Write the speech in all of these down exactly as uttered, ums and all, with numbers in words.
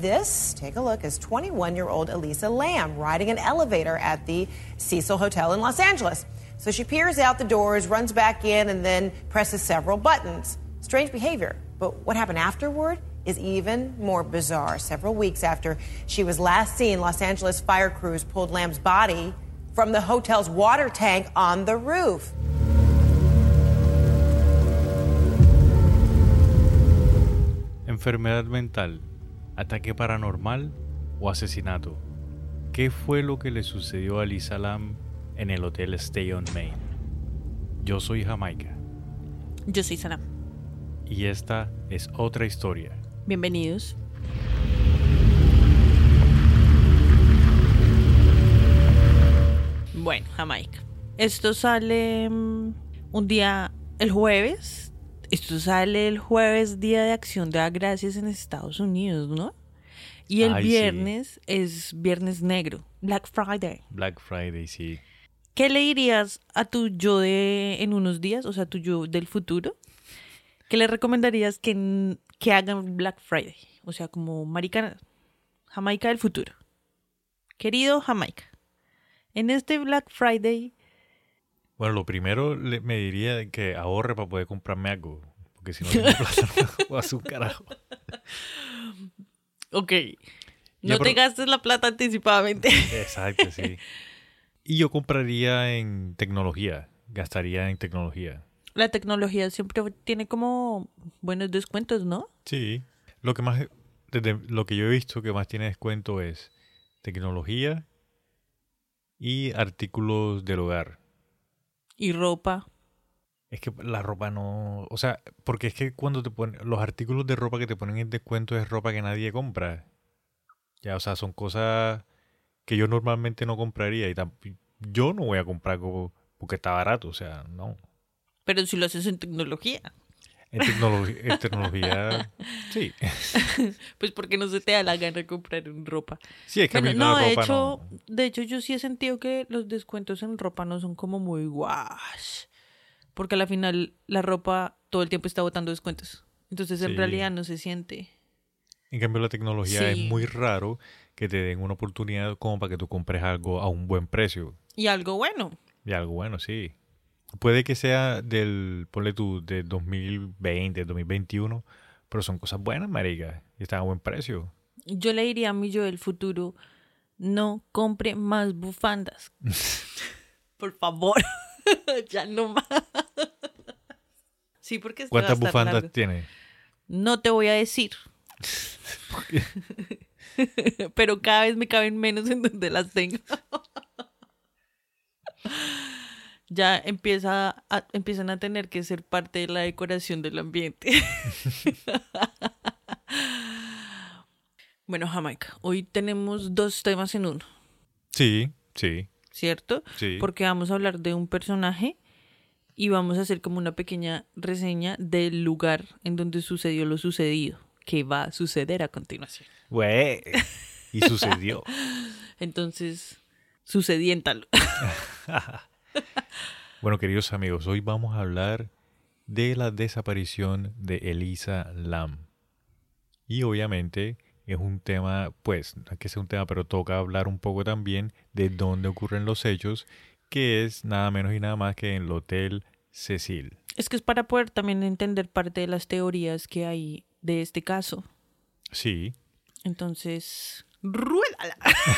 this, take a look, is twenty-one-year-old Elisa Lam riding an elevator at the Cecil Hotel in Los Angeles. So she peers out the doors, runs back in, and then presses several buttons. Strange behavior. But what happened afterward is even more bizarre. Several weeks after she was last seen, Los Angeles fire crews pulled Lam's body from the hotel's water tank on the roof. Enfermedad mental, ataque paranormal o asesinato. ¿Qué fue lo que le sucedió a Elisa Lam en el hotel Stay on Main? Yo soy Jamaica. Yo soy Salam. Y esta es otra historia. Bienvenidos. Bueno, Jamaica. Esto sale um, un día, el jueves. Esto sale el jueves, Día de Acción de Gracias en Estados Unidos, ¿no? Y el Ay, viernes sí. es Viernes Negro, Black Friday. Black Friday, sí. ¿Qué le dirías a tu yo de en unos días, o sea, tu yo del futuro? ¿Qué le recomendarías que, que hagan Black Friday? O sea, como marica, Jamaica del futuro. Querido Jamaica, en este Black Friday... Bueno, lo primero le, me diría que ahorre para poder comprarme algo. Porque si no tengo plata no voy a hacer un carajo. Ok. No Ya, te pero... gastes la plata anticipadamente. Exacto, sí. Y yo compraría en tecnología. Gastaría en tecnología. La tecnología siempre tiene como buenos descuentos, ¿no? Sí. Lo que más, desde lo que yo he visto que más tiene descuento es tecnología y artículos del hogar. Y ropa. Es que la ropa no... O sea, porque es que cuando te ponen... Los artículos de ropa que te ponen en descuento es ropa que nadie compra. Ya, o sea, son cosas que yo normalmente no compraría. Y tamp- yo no voy a comprar algo porque está barato, o sea, no. Pero si lo haces en tecnología. En, tecnologi- en tecnología, sí. Pues porque no se te da la gana de comprar en ropa. Sí, es que Bueno, a mí no, la de ropa hecho, no... de hecho yo sí he sentido que los descuentos en ropa no son como muy guash. Porque a la final la ropa todo el tiempo está botando descuentos. Entonces en Sí. realidad no se siente. En cambio, la tecnología es Sí. muy raro que te den una oportunidad como para que tú compres algo a un buen precio. Y algo bueno. Y algo bueno, sí. Puede que sea del, ponle tú, de dos mil veinte, dos mil veintiuno, pero son cosas buenas, marica, y están a buen precio. Yo le diría a mi yo del futuro, no compre más bufandas. Por favor. Ya no más. Sí, porque esto va a ¿Cuántas estar bufandas largo. tiene? No te voy a decir. Pero cada vez me caben menos en donde las tengo. Ya empieza a, empiezan a tener que ser parte de la decoración del ambiente. Bueno, Jamaica, hoy tenemos dos temas en uno, Sí, sí, ¿cierto? sí. Porque vamos a hablar de un personaje y vamos a hacer como una pequeña reseña del lugar en donde sucedió lo sucedido, que va a suceder a continuación. Güey, y sucedió. Entonces, sucediéntalo. Bueno, queridos amigos, hoy vamos a hablar de la desaparición de Elisa Lam. Y obviamente es un tema, pues, no es que sea un tema, pero toca hablar un poco también de dónde ocurren los hechos, que es nada menos y nada más que en el Hotel Cecil. Es que es para poder también entender parte de las teorías que hay de este caso. Sí. Entonces, ¡ruédala!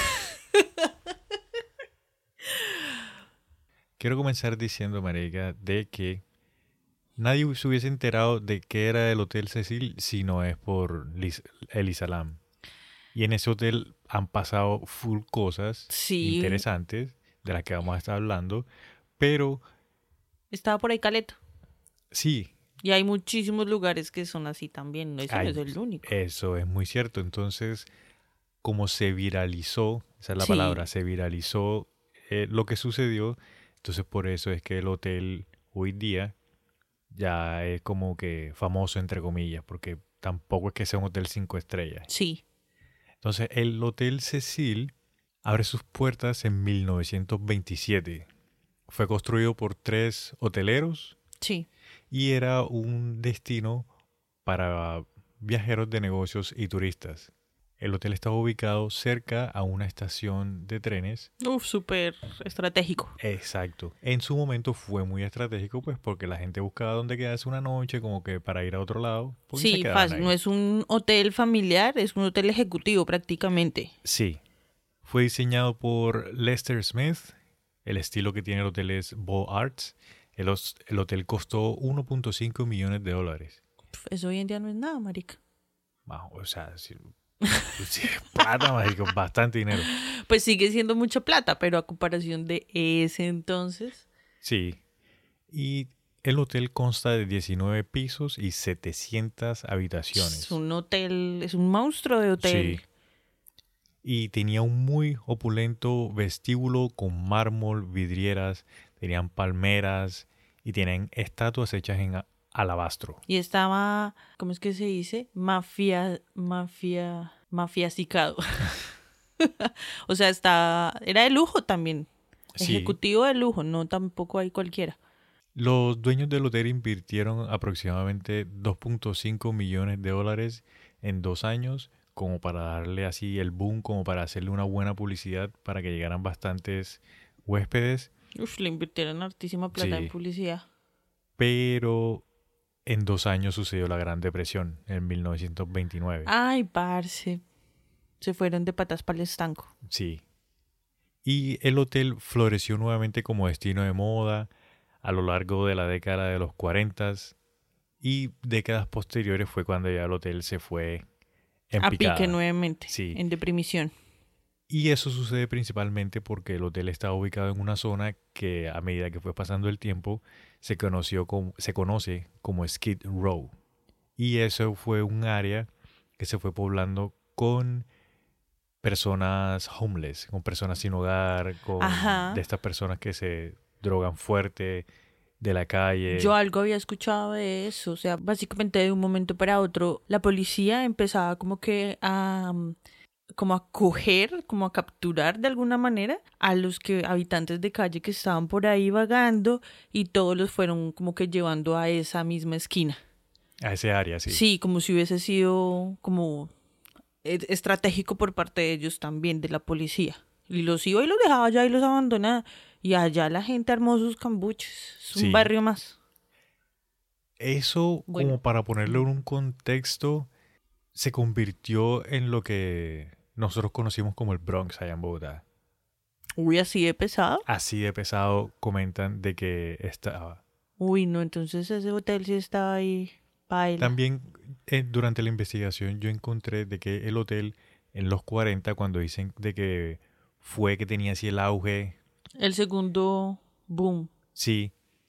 Quiero comenzar diciendo, marica, de que nadie se hubiese enterado de qué era el Hotel Cecil si no es por Liz- Elisa Lam. Y en ese hotel han pasado full cosas Sí. interesantes de las que vamos a estar hablando, pero Estaba por ahí Caleto. sí. Y hay muchísimos lugares que son así también. Ese hay- no es el único. Eso es muy cierto. Entonces, como se viralizó, esa es la Sí. palabra, se viralizó eh, lo que sucedió, entonces por eso es que el hotel hoy día ya es como que famoso, entre comillas, porque tampoco es que sea un hotel cinco estrellas. Sí. Entonces, el Hotel Cecil abre sus puertas en mil novecientos veintisiete. Fue construido por tres hoteleros Sí. y era un destino para viajeros de negocios y turistas. El hotel estaba ubicado cerca a una estación de trenes. Uf, súper estratégico. Exacto. En su momento fue muy estratégico, pues porque la gente buscaba dónde quedarse una noche, como que para ir a otro lado. Porque se Sí, quedaban fácil. ahí. No es un hotel familiar, es un hotel ejecutivo prácticamente. Sí. Fue diseñado por Lester Smith. El estilo que tiene el hotel es Beaux Arts. El, hos- el hotel costó uno punto cinco millones de dólares. Pf, eso hoy en día no es nada, marica. Bajo, o sea, sí, sí, plata, marico, bastante dinero. Pues sigue siendo mucha plata, pero a comparación de ese entonces. Sí. Y el hotel consta de diecinueve pisos y setecientas habitaciones. Es un hotel, es un monstruo de hotel. Sí. Y tenía un muy opulento vestíbulo con mármol, vidrieras, tenían palmeras y tienen estatuas hechas en a- alabastro. Y estaba, ¿cómo es que se dice? Mafia, mafia, mafiacicado. O sea, está, era de lujo también. Sí. Ejecutivo de lujo, no tampoco hay cualquiera. Los dueños del hotel invirtieron aproximadamente dos punto cinco millones de dólares en dos años como para darle así el boom, como para hacerle una buena publicidad para que llegaran bastantes huéspedes. Uf, le invirtieron hartísima plata Sí. en publicidad. Pero en dos años sucedió la Gran Depresión, en mil novecientos veintinueve. Ay, parce. Se fueron de patas para el estanco. Sí. Y el hotel floreció nuevamente como destino de moda a lo largo de la década de los cuarenta y décadas posteriores fue cuando ya el hotel se fue en A picada. pique nuevamente. Sí. En deprimición. Y eso sucede principalmente porque el hotel estaba ubicado en una zona que a medida que fue pasando el tiempo se conoció como, se conoce como Skid Row. Y eso fue un área que se fue poblando con personas homeless, con personas sin hogar, con Ajá. de estas personas que se drogan fuerte de la calle. Yo algo había escuchado de eso. O sea, básicamente de un momento para otro, la policía empezaba como que a... um, como a coger, como a capturar de alguna manera a los que habitantes de calle que estaban por ahí vagando y todos los fueron como que llevando a esa misma esquina. A ese área, sí. Sí, como si hubiese sido como e- estratégico por parte de ellos también, de la policía. Y los iba y los dejaba allá y los abandonaba. Y allá la gente armó sus cambuches. Es un Sí. barrio más. Eso, Bueno. como para ponerlo en un contexto, se convirtió en lo que nosotros conocimos como el Bronx allá en Bogotá. Uy, así de pesado. Así de pesado comentan de que estaba. Uy, no, entonces ese hotel sí estaba ahí. Paila. También eh, durante la investigación yo encontré de que el hotel en los cuarenta, cuando dicen de que fue que tenía así el auge, El segundo boom. sí,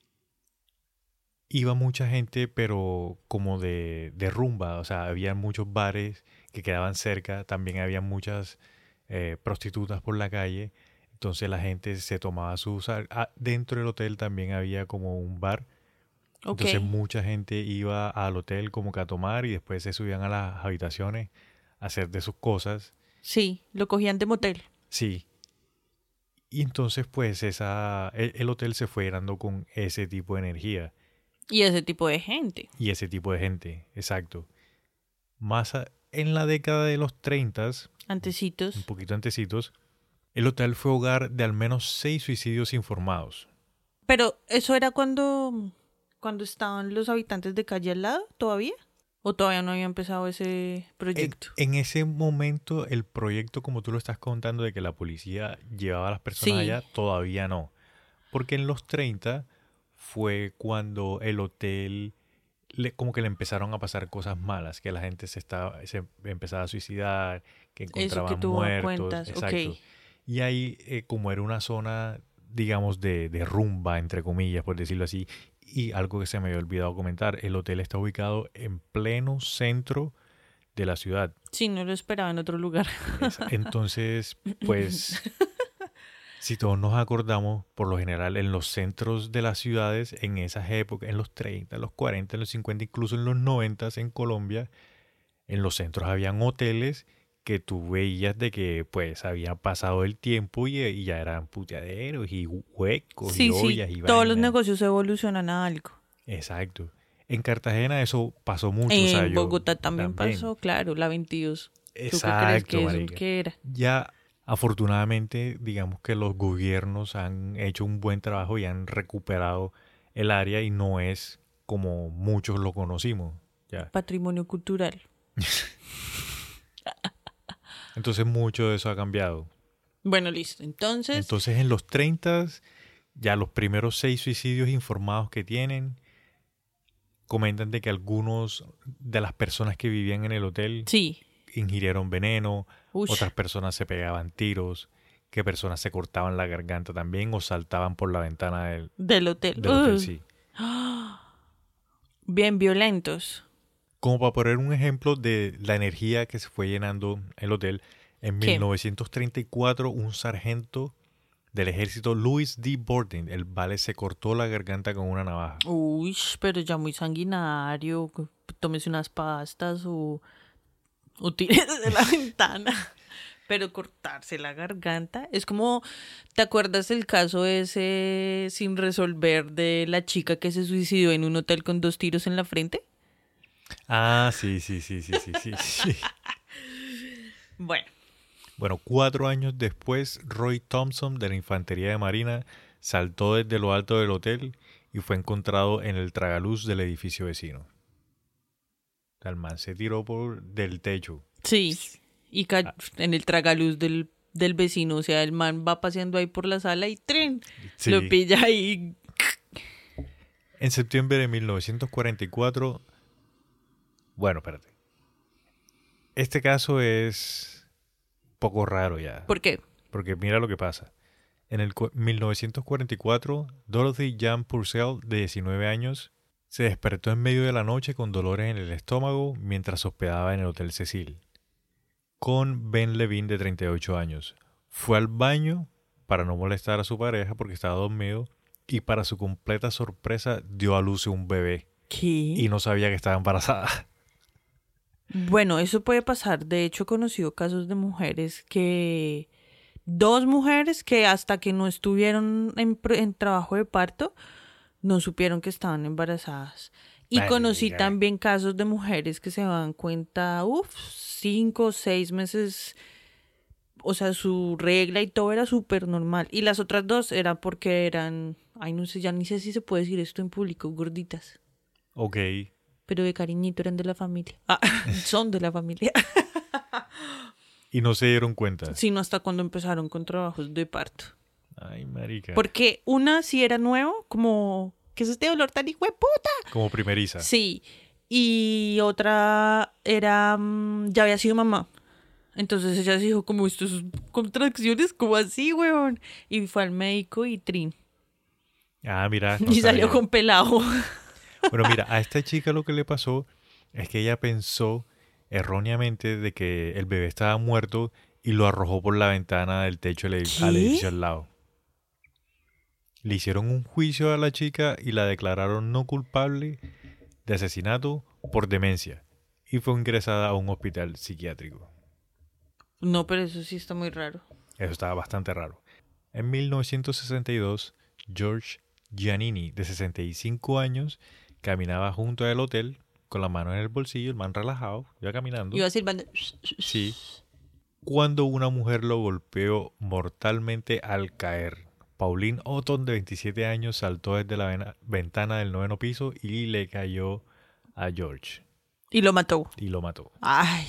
iba mucha gente, pero como de, de rumba, o sea, había muchos bares que quedaban cerca, también había muchas eh, prostitutas por la calle, entonces la gente se tomaba sus... ah, dentro del hotel también había como un bar, Ok. entonces mucha gente iba al hotel como que a tomar y después se subían a las habitaciones a hacer de sus cosas, Sí, lo cogían de motel. sí. Y entonces pues esa, el, el hotel se fue llenando con ese tipo de energía. Y ese tipo de gente. Y ese tipo de gente, exacto. Más a- en la década de los treinta, un Antecitos. poquito antecitos, el hotel fue hogar de al menos seis suicidios informados. Pero eso era cuando, cuando estaban los habitantes de calle al lado, ¿todavía? ¿O todavía no había empezado ese En, proyecto? en ese momento, el proyecto, como tú lo estás contando, de que la policía llevaba a las personas Sí. allá, todavía no. Porque en los treinta fue cuando el hotel, le- como que le empezaron a pasar cosas malas, que la gente se, estaba, se empezaba a suicidar, que Eso que encontraban tú muertos. cuentas, Exacto. ok. Y ahí, eh, como era una zona, digamos, de, de rumba, entre comillas, por decirlo así, y algo que se me había olvidado comentar, el hotel está ubicado en pleno centro de la ciudad. Sí, no lo esperaba en otro lugar. Es- Entonces, pues, si todos nos acordamos, por lo general, en los centros de las ciudades, en esas épocas, en los treinta, en los cuarenta, en los cincuenta, incluso en los noventa en Colombia, en los centros habían hoteles que tú veías de que pues había pasado el tiempo y, y ya eran puteaderos y huecos Sí, y sí, ollas y todos los vainas. negocios evolucionan a algo. Exacto. En Cartagena eso pasó mucho. o En sea, yo- Bogotá también, pasó, claro, la veintidós. qué crees Exacto, que eso marica. qué era? Ya, afortunadamente, digamos que los gobiernos han hecho un buen trabajo y han recuperado el área y no es como muchos lo conocimos. Ya. Patrimonio cultural. Entonces mucho de eso ha cambiado. Bueno, listo. Entonces, Entonces en los treinta, ya los primeros seis suicidios informados que tienen, comentan de que algunos de las personas que vivían en el hotel sí. ingirieron veneno, Ush. otras personas se pegaban tiros, que personas se cortaban la garganta también o saltaban por la ventana del, Del hotel. del hotel, Ugh. sí. Bien violentos. Como para poner un ejemplo de la energía que se fue llenando el hotel, en ¿Qué? mil novecientos treinta y cuatro un sargento del ejército, Louis D. Borden, el vale se cortó la garganta con una navaja. Uy, pero ya muy sanguinario. Tómese unas pastas o, o tírese de la ventana. Pero cortarse la garganta es como, ¿te acuerdas del caso ese sin resolver de la chica que se suicidó en un hotel con dos tiros en la frente? Ah, sí, sí, sí, sí, sí, sí, sí. Bueno, Bueno, cuatro años después, Roy Thompson de la Infantería de Marina saltó desde lo alto del hotel y fue encontrado en el tragaluz del edificio vecino. O sea, el man se tiró por del techo. sí. Y ca- en el tragaluz del, del vecino, o sea, el man va paseando ahí por la sala y ¡trin! Sí. Lo pilla ahí. En septiembre de mil novecientos cuarenta y cuatro, bueno, espérate. Este caso es un poco raro ya, ¿Por qué? porque mira lo que pasa. En el cu- mil novecientos cuarenta y cuatro, Dorothy Jan Purcell, de diecinueve años, se despertó en medio de la noche con dolores en el estómago mientras se hospedaba en el Hotel Cecil, con Ben Levine, de treinta y ocho años. Fue al baño para no molestar a su pareja porque estaba dormido y para su completa sorpresa dio a luz un bebé ¿Qué? y no sabía que estaba embarazada. Bueno, eso puede pasar. De hecho, he conocido casos de mujeres que... Dos mujeres que hasta que no estuvieron en, pr- en trabajo de parto, no supieron que estaban embarazadas. Y Marica. conocí también casos de mujeres que se dan cuenta, uff, cinco o seis meses, o sea, su regla y todo era súper normal. Y las otras dos era porque eran, ay, no sé, ya ni sé si se puede decir esto en público, gorditas. Ok. Pero de cariñito eran de la familia. Ah, son de la familia. Y no se dieron cuenta. Sino hasta cuando empezaron con trabajos de parto. Ay, marica. Porque una sí era nuevo, como, ¿qué es este olor tan hijo de puta? Como primeriza. Sí. Y otra era, mm, ya había sido mamá. Entonces ella se dijo, como estas contracciones, como así, weón. Y fue al médico y trin. Ah, mira. no y salió sabía. con pelado. Bueno, mira, a esta chica lo que le pasó es que ella pensó erróneamente de que el bebé estaba muerto y lo arrojó por la ventana del techo del edi- al ¿Qué? edificio al lado. Le hicieron un juicio a la chica y la declararon no culpable de asesinato por demencia y fue ingresada a un hospital psiquiátrico. No, pero eso sí está muy raro. Eso estaba bastante raro. En mil novecientos sesenta y dos, George Giannini, de sesenta y cinco años, caminaba junto al hotel con la mano en el bolsillo, el man relajado, ya caminando. Iba silbando. Sí. Cuando una mujer lo golpeó mortalmente al caer. Pauline Otton, de veintisiete años, saltó desde la vena- ventana del noveno piso y le cayó a George Y lo mató. y lo mató. Ay.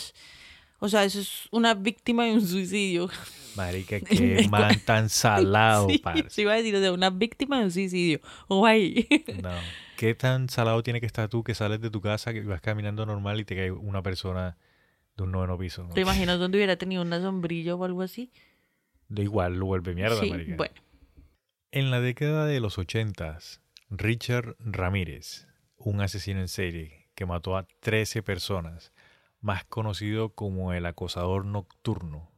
O sea, eso es una víctima de un suicidio. Marica, qué man tan salado, sí, parce. sí iba a decir, o sea, una víctima de un suicidio. Guay. No. ¿Qué tan salado tiene que estar tú que sales de tu casa, que vas caminando normal y te cae una persona de un noveno piso? ¿No? ¿Te imaginas dónde hubiera tenido una sombrilla o algo así? De igual lo vuelve mierda, sí, marica. bueno. En la década de los ochentas, Richard Ramírez, un asesino en serie que mató a trece personas, más conocido como el acosador nocturno.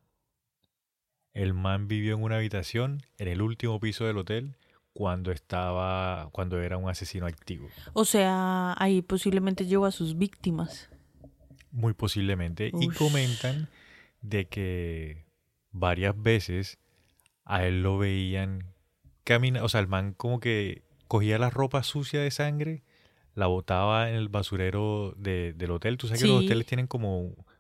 El man vivió en una habitación en el último piso del hotel cuando estaba, cuando era un asesino activo. O sea, ahí posiblemente llevó a sus víctimas. Muy posiblemente. Y Ush. comentan de que varias veces a él lo veían caminar, o sea, el man como que cogía la ropa sucia de sangre, la botaba en el basurero de, del hotel. Tú sabes que los Sí. hoteles tienen como,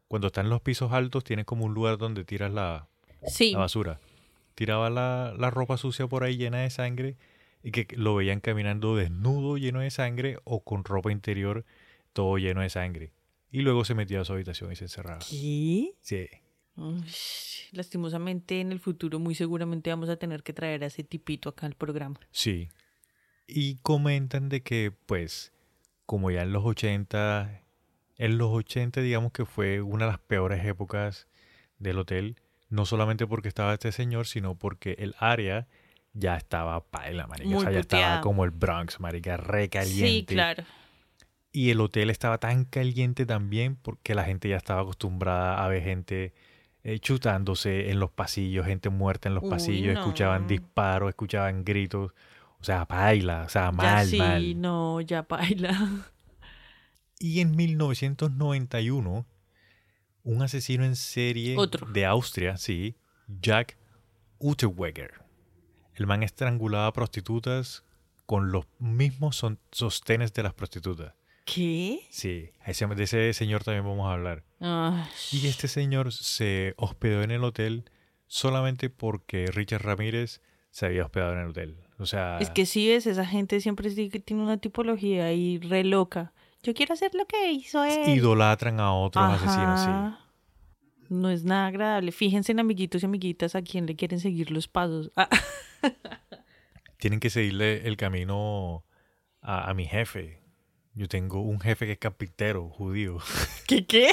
cuando están en los pisos altos, tienen como un lugar donde tiras la, Sí. la basura. Tiraba la, la ropa sucia por ahí llena de sangre y que lo veían caminando desnudo lleno de sangre o con ropa interior todo lleno de sangre. Y luego se metía a su habitación y se encerraba. ¿Qué? Sí. Uy, lastimosamente en el futuro muy seguramente vamos a tener que traer a ese tipito acá al programa. Sí. Y comentan de que, pues, como ya en los ochenta, en los ochenta digamos que fue una de las peores épocas del hotel, no solamente porque estaba este señor, sino porque el área ya estaba paila, marica. Muy O sea, ya estaba puteada. como el Bronx, marica, re caliente. Sí, claro. Y el hotel estaba tan caliente también porque la gente ya estaba acostumbrada a ver gente eh, chutándose en los pasillos, gente muerta en los Uy, pasillos, no. escuchaban disparos, escuchaban gritos. O sea, paila, o sea, Ya mal, sí, mal. no, ya baila. Y en mil novecientos noventa y uno, un asesino en serie Otro. de Austria, sí, Jack Unterweger. El man estrangulaba a prostitutas con los mismos son- sostenes de las prostitutas. ¿Qué? Sí, ese- de ese señor también vamos a hablar. Ay, Y este señor se hospedó en el hotel solamente porque Richard Ramírez se había hospedado en el hotel. O sea, es que sí ves, esa gente siempre sí que tiene una tipología ahí re loca. Yo quiero hacer lo que hizo él. idolatran a otros asesinos, sí. Ajá. No es nada agradable. Fíjense en amiguitos y amiguitas a quién le quieren seguir los pasos. Ah, Tienen que seguirle el camino a, a mi jefe. Yo tengo un jefe que es carpintero, judío. ¿Qué qué?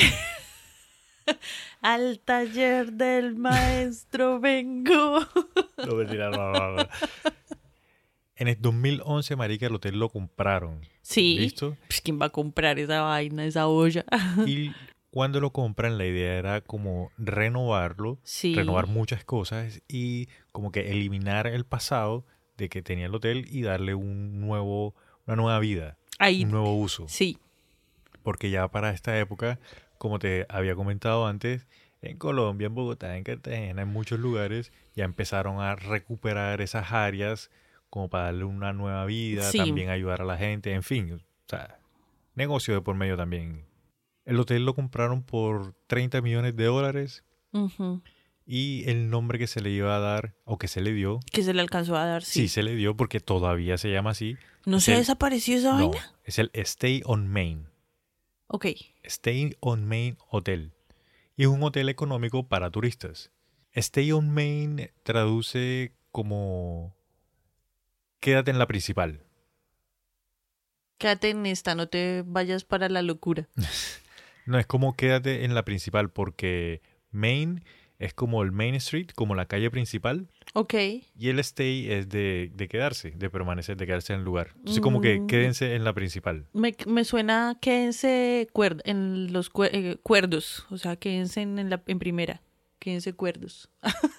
Al taller del maestro vengo. No, mentira, no, no, no. En el dos mil once, marica, el hotel lo compraron. Sí. ¿Listo? Pues quién va a comprar esa vaina, esa olla. Y cuando lo compran, la idea era como renovarlo, Sí. renovar muchas cosas y como que eliminar el pasado de que tenía el hotel y darle un nuevo, una nueva vida, Ahí. un nuevo uso. Sí. Porque ya para esta época, como te había comentado antes, en Colombia, en Bogotá, en Cartagena, en muchos lugares, ya empezaron a recuperar esas áreas como para darle una nueva vida, Sí. también ayudar a la gente, en fin, o sea, negocio de por medio también. El hotel lo compraron por treinta millones de dólares Ujú. y el nombre que se le iba a dar, o que se le dio, Que se le alcanzó a dar, sí, sí. se le dio porque todavía se llama así. ¿No Es se el- desapareció esa No, vaina? es el Stay on Main. Ok. Stay on Main Hotel. Y es un hotel económico para turistas. Stay on Main traduce como quédate en la principal. Quédate en esta, no te vayas para la locura. No, es como quédate en la principal porque Main es como el Main Street, como la calle principal. Ok. Y el stay es de, de quedarse, de permanecer, de quedarse en el lugar. Entonces como que Mm. quédense en la principal. Me, me suena quédense cuerd en los cue- eh, cuerdos. O sea, quédense en, en la, en primera. Quédense cuerdos.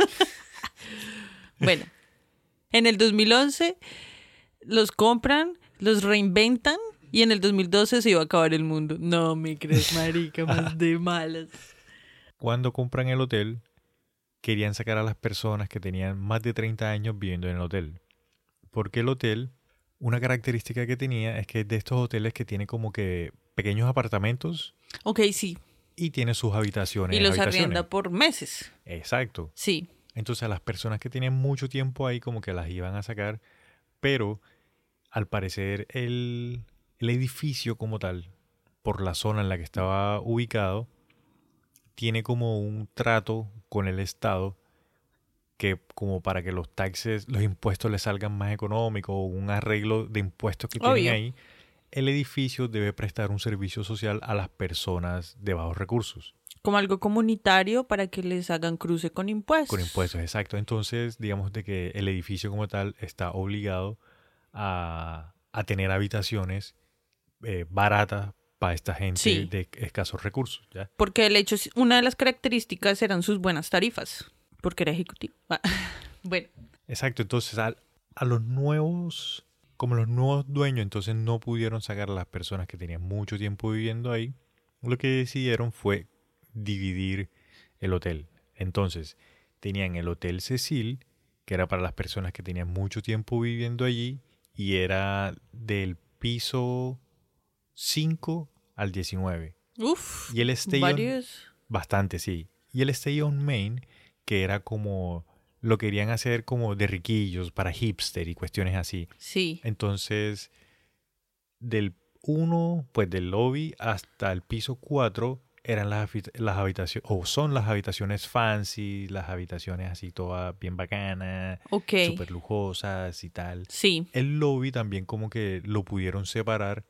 Bueno, en el dos mil once los compran, los reinventan y en el dos mil doce se iba a acabar el mundo. No me crees, marica, más de malas. Cuando compran el hotel, querían sacar a las personas que tenían más de treinta años viviendo en el hotel. Porque el hotel, una característica que tenía es que es de estos hoteles que tiene como que pequeños apartamentos Ok, sí. y tiene sus habitaciones. Y los habitaciones. arrienda por meses. Exacto. Sí. Entonces a las personas que tenían mucho tiempo ahí como que las iban a sacar, pero al parecer el, el edificio como tal, por la zona en la que estaba ubicado, tiene como un trato con el Estado que como para que los taxes, los impuestos les salgan más económicos o un arreglo de impuestos que tienen Obvio. ahí, el edificio debe prestar un servicio social a las personas de bajos recursos. Como algo comunitario para que les hagan cruce con impuestos. Con impuestos, exacto. Entonces, digamos de que el edificio como tal está obligado a, a tener habitaciones eh, baratas para esta gente Sí. de escasos recursos, ¿ya? Porque el hecho, es- una de las características eran sus buenas tarifas. Porque era ejecutivo. Ah, bueno, Exacto. Entonces, a, a los nuevos, como los nuevos dueños, entonces no pudieron sacar a las personas que tenían mucho tiempo viviendo ahí. Lo que decidieron fue dividir el hotel. Entonces, tenían el Hotel Cecil, que era para las personas que tenían mucho tiempo viviendo allí, y era del piso cinco al diecinueve. uff. Y el Stay on, Varios. Bastante, sí. Y el Stay on Main, que era como, lo querían hacer como de riquillos, para hipster y cuestiones así. Sí. Entonces, del uno, pues del lobby hasta el piso cuatro eran las, habi- las habitaciones, o son las habitaciones fancy, las habitaciones así todas bien bacanas, Ok. súper lujosas y tal. Sí. El lobby también como que lo pudieron separar.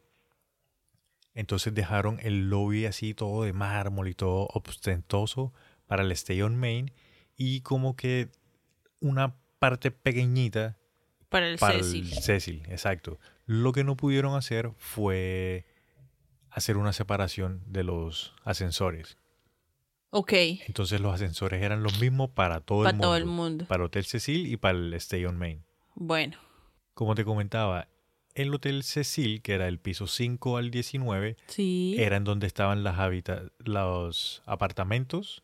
Entonces dejaron el lobby así todo de mármol y todo ostentoso para el Stay on Main y como que una parte pequeñita Para el para Cecil. el Cecil, exacto. Lo que no pudieron hacer fue hacer una separación de los ascensores. Ok. Entonces los ascensores eran los mismos para todo el Para mundo. todo el mundo. Para el Hotel Cecil y para el Stay on Main. Bueno. Como te comentaba, el Hotel Cecil, que era el piso cinco al diecinueve, Sí. era en donde estaban las habita- los apartamentos,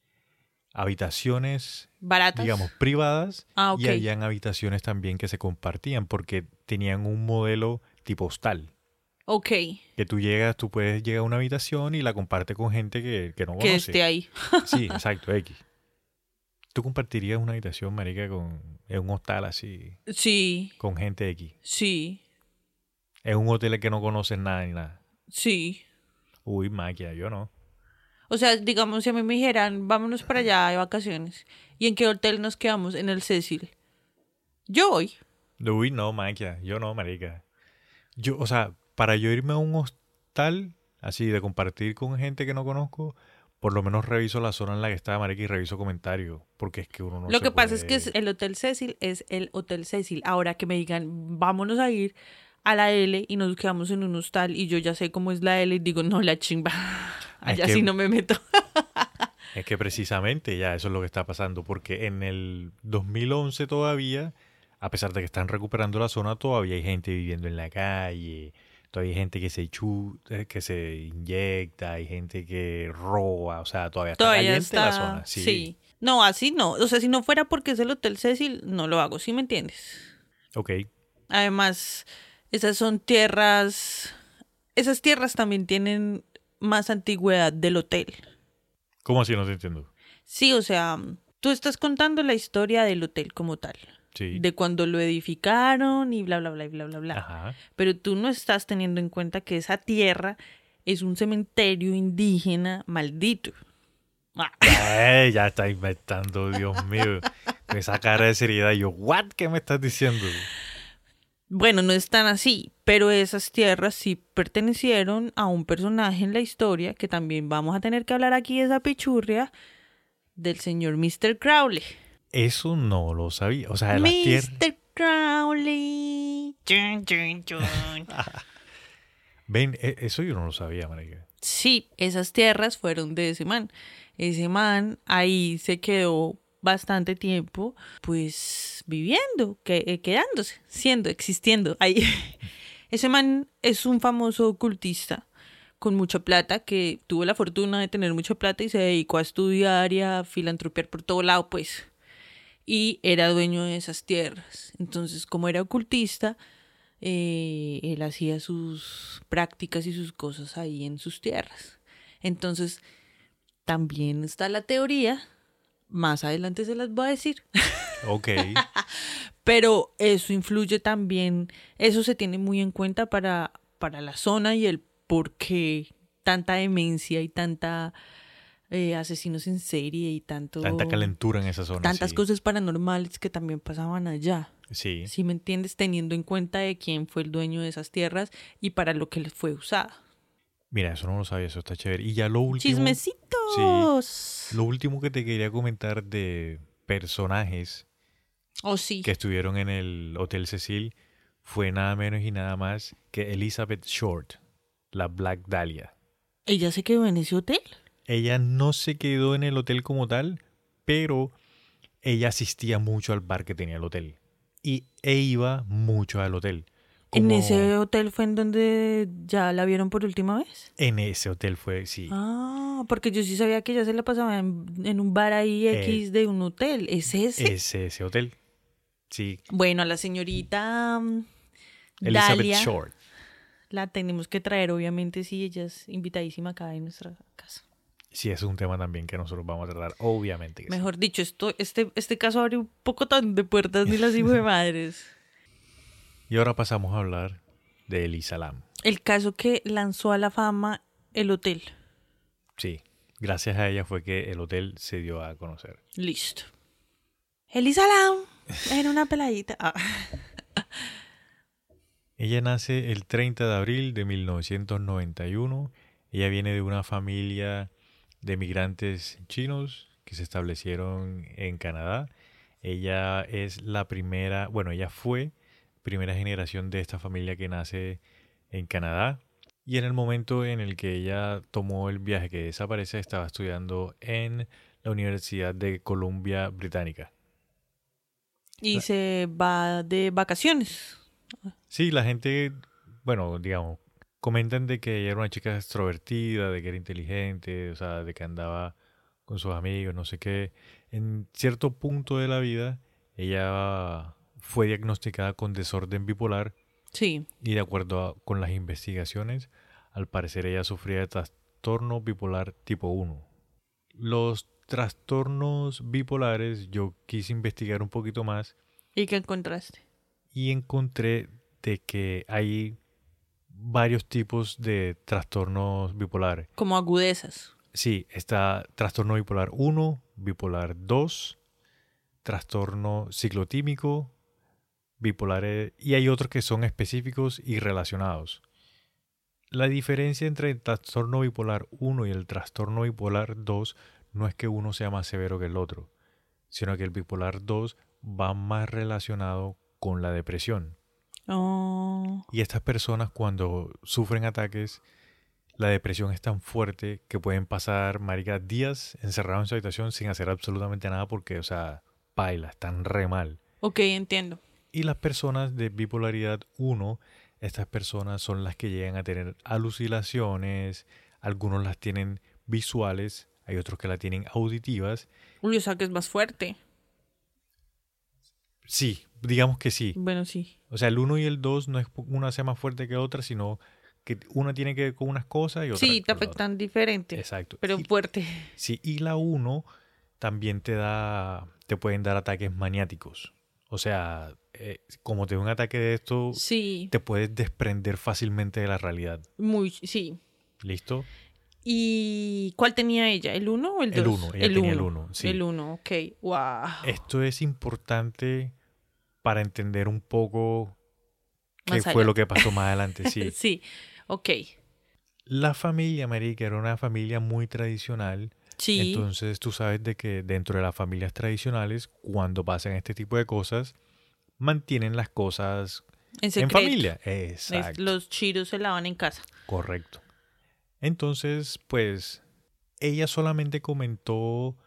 habitaciones, ¿Baratas? digamos, privadas, Ah, ok. y habían habitaciones también que se compartían porque tenían un modelo tipo hostal. Ok. Que tú llegas, tú puedes llegar a una habitación y la compartes con gente que, que no Que conoce. esté ahí. Sí, exacto, X. ¿Tú compartirías una habitación, marica, con, en un hostal así, Sí. con gente X? Sí. En un hotel que no conoces nada ni nada. Sí. Uy, maquia, yo no. O sea, digamos, si a mí me dijeran, vámonos para allá de vacaciones, ¿y en qué hotel nos quedamos? En el Cecil. Yo voy. Uy, no, maquia, yo no, marica. Yo, o sea, para yo irme a un hostal, así, de compartir con gente que no conozco, por lo menos reviso la zona en la que está, marica, y reviso comentarios, porque es que uno no Lo se que pasa es puede- que es- el Hotel Cecil es el Hotel Cecil. Ahora que me digan, vámonos a ir a la L y nos quedamos en un hostal y yo ya sé cómo es la L y digo, no, la chimba. Allá que- sí no me meto. Es que precisamente ya eso es lo que está pasando, porque en el dos mil once todavía, a pesar de que están recuperando la zona, todavía hay gente viviendo en la calle, todavía hay gente que se chu eh, que se inyecta, hay gente que roba, o sea, todavía está Todavía caliente está. la zona. Sí. Sí. No, así no. O sea, si no fuera porque es el Hotel Cecil, no lo hago, ¿sí me entiendes? Ok. Además, esas son tierras. Esas tierras también tienen más antigüedad del hotel. ¿Cómo así? No te entiendo. Sí, o sea, tú estás contando la historia del hotel como tal. Sí. De cuando lo edificaron y bla, bla, bla, y bla, bla, bla. Ajá. Pero tú no estás teniendo en cuenta que esa tierra es un cementerio indígena maldito. Ah. Ay, ya está inventando, Dios mío. Con esa cara de seriedad, yo, ¿what? ¿Qué me estás diciendo? Bueno, no es tan así, pero esas tierras sí pertenecieron a un personaje en la historia que también vamos a tener que hablar aquí de esa pichurria del señor mister Crowley. Eso no lo sabía. O sea, de las tierras. mister Crowley. Chun, chun, chun. Ven, e- eso yo no lo sabía, marica. Sí, esas tierras fueron de ese man. Ese man ahí se quedó bastante tiempo, pues viviendo, que, eh, quedándose, siendo, existiendo ahí. Ese man es un famoso ocultista con mucha plata que tuvo la fortuna de tener mucha plata y se dedicó a estudiar y a filantropiar por todo lado, pues. Y era dueño de esas tierras. Entonces, como era ocultista, eh, él hacía sus prácticas y sus cosas ahí en sus tierras. Entonces, también está la teoría, más adelante se las voy a decir, Ok. pero eso influye también, eso se tiene muy en cuenta para, para la zona y el por qué tanta demencia y tanta eh, asesinos en serie y tanto... Tanta calentura en esa zona. tantas sí. cosas paranormales que también pasaban allá. Sí. ¿Sí me entiendes? Teniendo en cuenta de quién fue el dueño de esas tierras y para lo que les fue usada. Mira, eso no lo sabía, eso está chévere. Y ya lo último. ¡Chismecitos! Lo último que te quería comentar de personajes Oh, sí. que estuvieron en el Hotel Cecil fue nada menos y nada más que Elizabeth Short, la Black Dahlia. ¿Ella se quedó en ese hotel? Ella no se quedó en el hotel como tal, pero ella asistía mucho al bar que tenía el hotel. Y e iba mucho al hotel. ¿En Como- ese hotel fue en donde ya la vieron por última vez? En ese hotel fue, sí. Ah, porque yo sí sabía que ella se la pasaba en, en un bar ahí X de un hotel. ¿Es ese? Es ese hotel. Sí. Bueno, a la señorita mm, Elizabeth Dahlia Short. la tenemos que traer, obviamente, sí, ella es invitadísima acá en nuestra casa. Sí, es un tema también que nosotros vamos a tratar, obviamente que sí. Mejor dicho, esto, este, este caso abre un poco tan de puertas ni las hijos de madres. Y ahora pasamos a hablar de Elisa Lam. El caso que lanzó a la fama el hotel. Sí, gracias a ella fue que el hotel se dio a conocer. Listo. Elisa Lam era una peladita. Ah. Ella nace el treinta de abril de mil novecientos noventa y uno. Ella viene de una familia de migrantes chinos que se establecieron en Canadá. Ella es la primera, bueno, ella fue primera generación de esta familia que nace en Canadá. Y en el momento en el que ella tomó el viaje que desaparece, estaba estudiando en la Universidad de Columbia Británica. Y se va de vacaciones. Sí, la gente, bueno, digamos, comentan de que ella era una chica extrovertida, de que era inteligente, o sea, de que andaba con sus amigos, no sé qué. En cierto punto de la vida, ella fue diagnosticada con desorden bipolar. Sí. Y de acuerdo a, con las investigaciones, al parecer ella sufría de trastorno bipolar tipo uno. Los trastornos bipolares yo quise investigar un poquito más. ¿Y qué encontraste? Y encontré de que hay varios tipos de trastornos bipolares. Como agudezas. Sí, está trastorno bipolar uno, bipolar dos, trastorno ciclotímico, bipolares, y hay otros que son específicos y relacionados. La diferencia entre el trastorno bipolar uno y el trastorno bipolar dos no es que uno sea más severo que el otro, sino que el bipolar dos va más relacionado con la depresión. Oh. Y estas personas cuando sufren ataques, la depresión es tan fuerte que pueden pasar, marica, días encerrados en su habitación sin hacer absolutamente nada porque, o sea, paila, están re mal. Ok, entiendo. Y las personas de bipolaridad uno, estas personas son las que llegan a tener alucinaciones, algunos las tienen visuales, hay otros que la tienen auditivas. Uy, o sea que es más fuerte. Sí, digamos que sí. Bueno, sí. O sea, el uno y el dos no es una sea más fuerte que otra, sino que una tiene que ver con unas cosas y otra Sí, te con la otra. afectan diferente. Exacto. Pero Y- fuerte. Sí, y la uno también te da, te pueden dar ataques maniáticos. O sea, eh, como te da un ataque de esto, Sí, te puedes desprender fácilmente de la realidad. muy, sí. ¿Listo? ¿Y cuál tenía ella? ¿El uno o el dos? El uno, ella tenía el uno, sí. El uno, ok. Wow. Esto es importante para entender un poco qué Más fue allá. lo que pasó más adelante. Sí. Sí, ok. La familia, marica, era una familia muy tradicional. Sí, Entonces tú sabes de que dentro de las familias tradicionales, cuando pasan este tipo de cosas, mantienen las cosas en en secreto. familia. Es- Exacto. los chiros se lavan en casa. Correcto. Entonces, pues, ella solamente comentó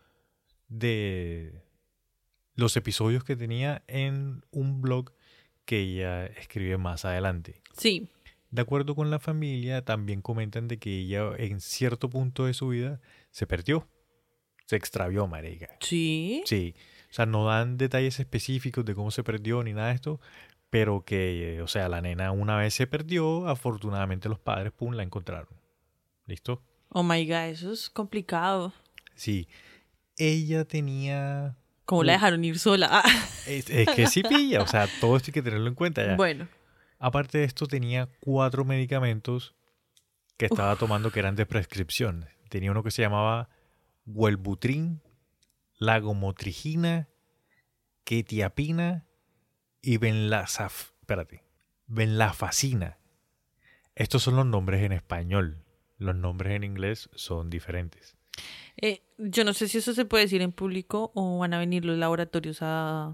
de los episodios que tenía en un blog que ella escribe más adelante. Sí, De acuerdo con la familia, también comentan de que ella en cierto punto de su vida se perdió. Se extravió, marica. sí. Sí. O sea, no dan detalles específicos de cómo se perdió ni nada de esto, pero que, eh, o sea, la nena una vez se perdió, afortunadamente los padres, pum, la encontraron. ¿Listo? Oh my God, eso es complicado. Sí. Ella tenía... ¿Cómo la dejaron ir sola? Ah, Es, es que sí pilla, o sea, todo esto hay que tenerlo en cuenta ya. bueno, Aparte de esto, tenía cuatro medicamentos que estaba tomando que eran de prescripción. Tenía uno que se llamaba Wellbutrin, Lagomotrigina, Quetiapina y Benlasaf, espérate, Benlafacina. Estos son los nombres en español. Los nombres en inglés son diferentes. eh, yo no sé si eso se puede decir en público o van a venir los laboratorios a,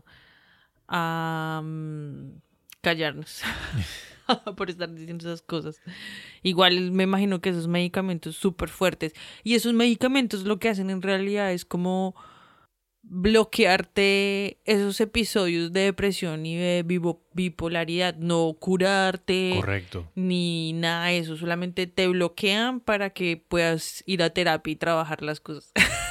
a mm, callarnos por estar diciendo esas cosas. Igual me imagino que esos medicamentos súper fuertes. Y esos medicamentos lo que hacen en realidad es como bloquearte esos episodios de depresión y de vivo- bipolaridad, no curarte Correcto. ni nada de eso, solamente te bloquean para que puedas ir a terapia y trabajar las cosas.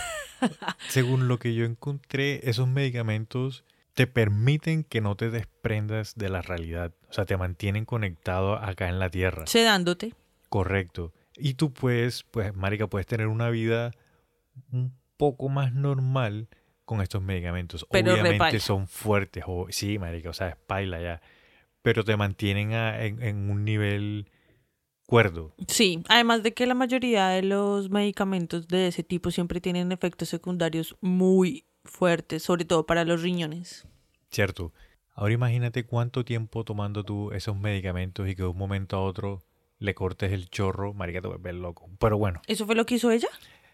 Según lo que yo encontré, esos medicamentos te permiten que no te desprendas de la realidad. O sea, te mantienen conectado acá en la tierra. Sedándote. Correcto. Y tú puedes, pues, marica, puedes tener una vida un poco más normal con estos medicamentos. Pero Obviamente repaila. son fuertes, o, sí, marica, o sea, es paila ya, pero te mantienen a- en, en un nivel cuerdo. Sí, además de que la mayoría de los medicamentos de ese tipo siempre tienen efectos secundarios muy fuertes, sobre todo para los riñones. Cierto. Ahora imagínate cuánto tiempo tomando tú esos medicamentos y que de un momento a otro le cortes el chorro, marica, te vuelves loco. Pero bueno, ¿Eso fue lo que hizo ella?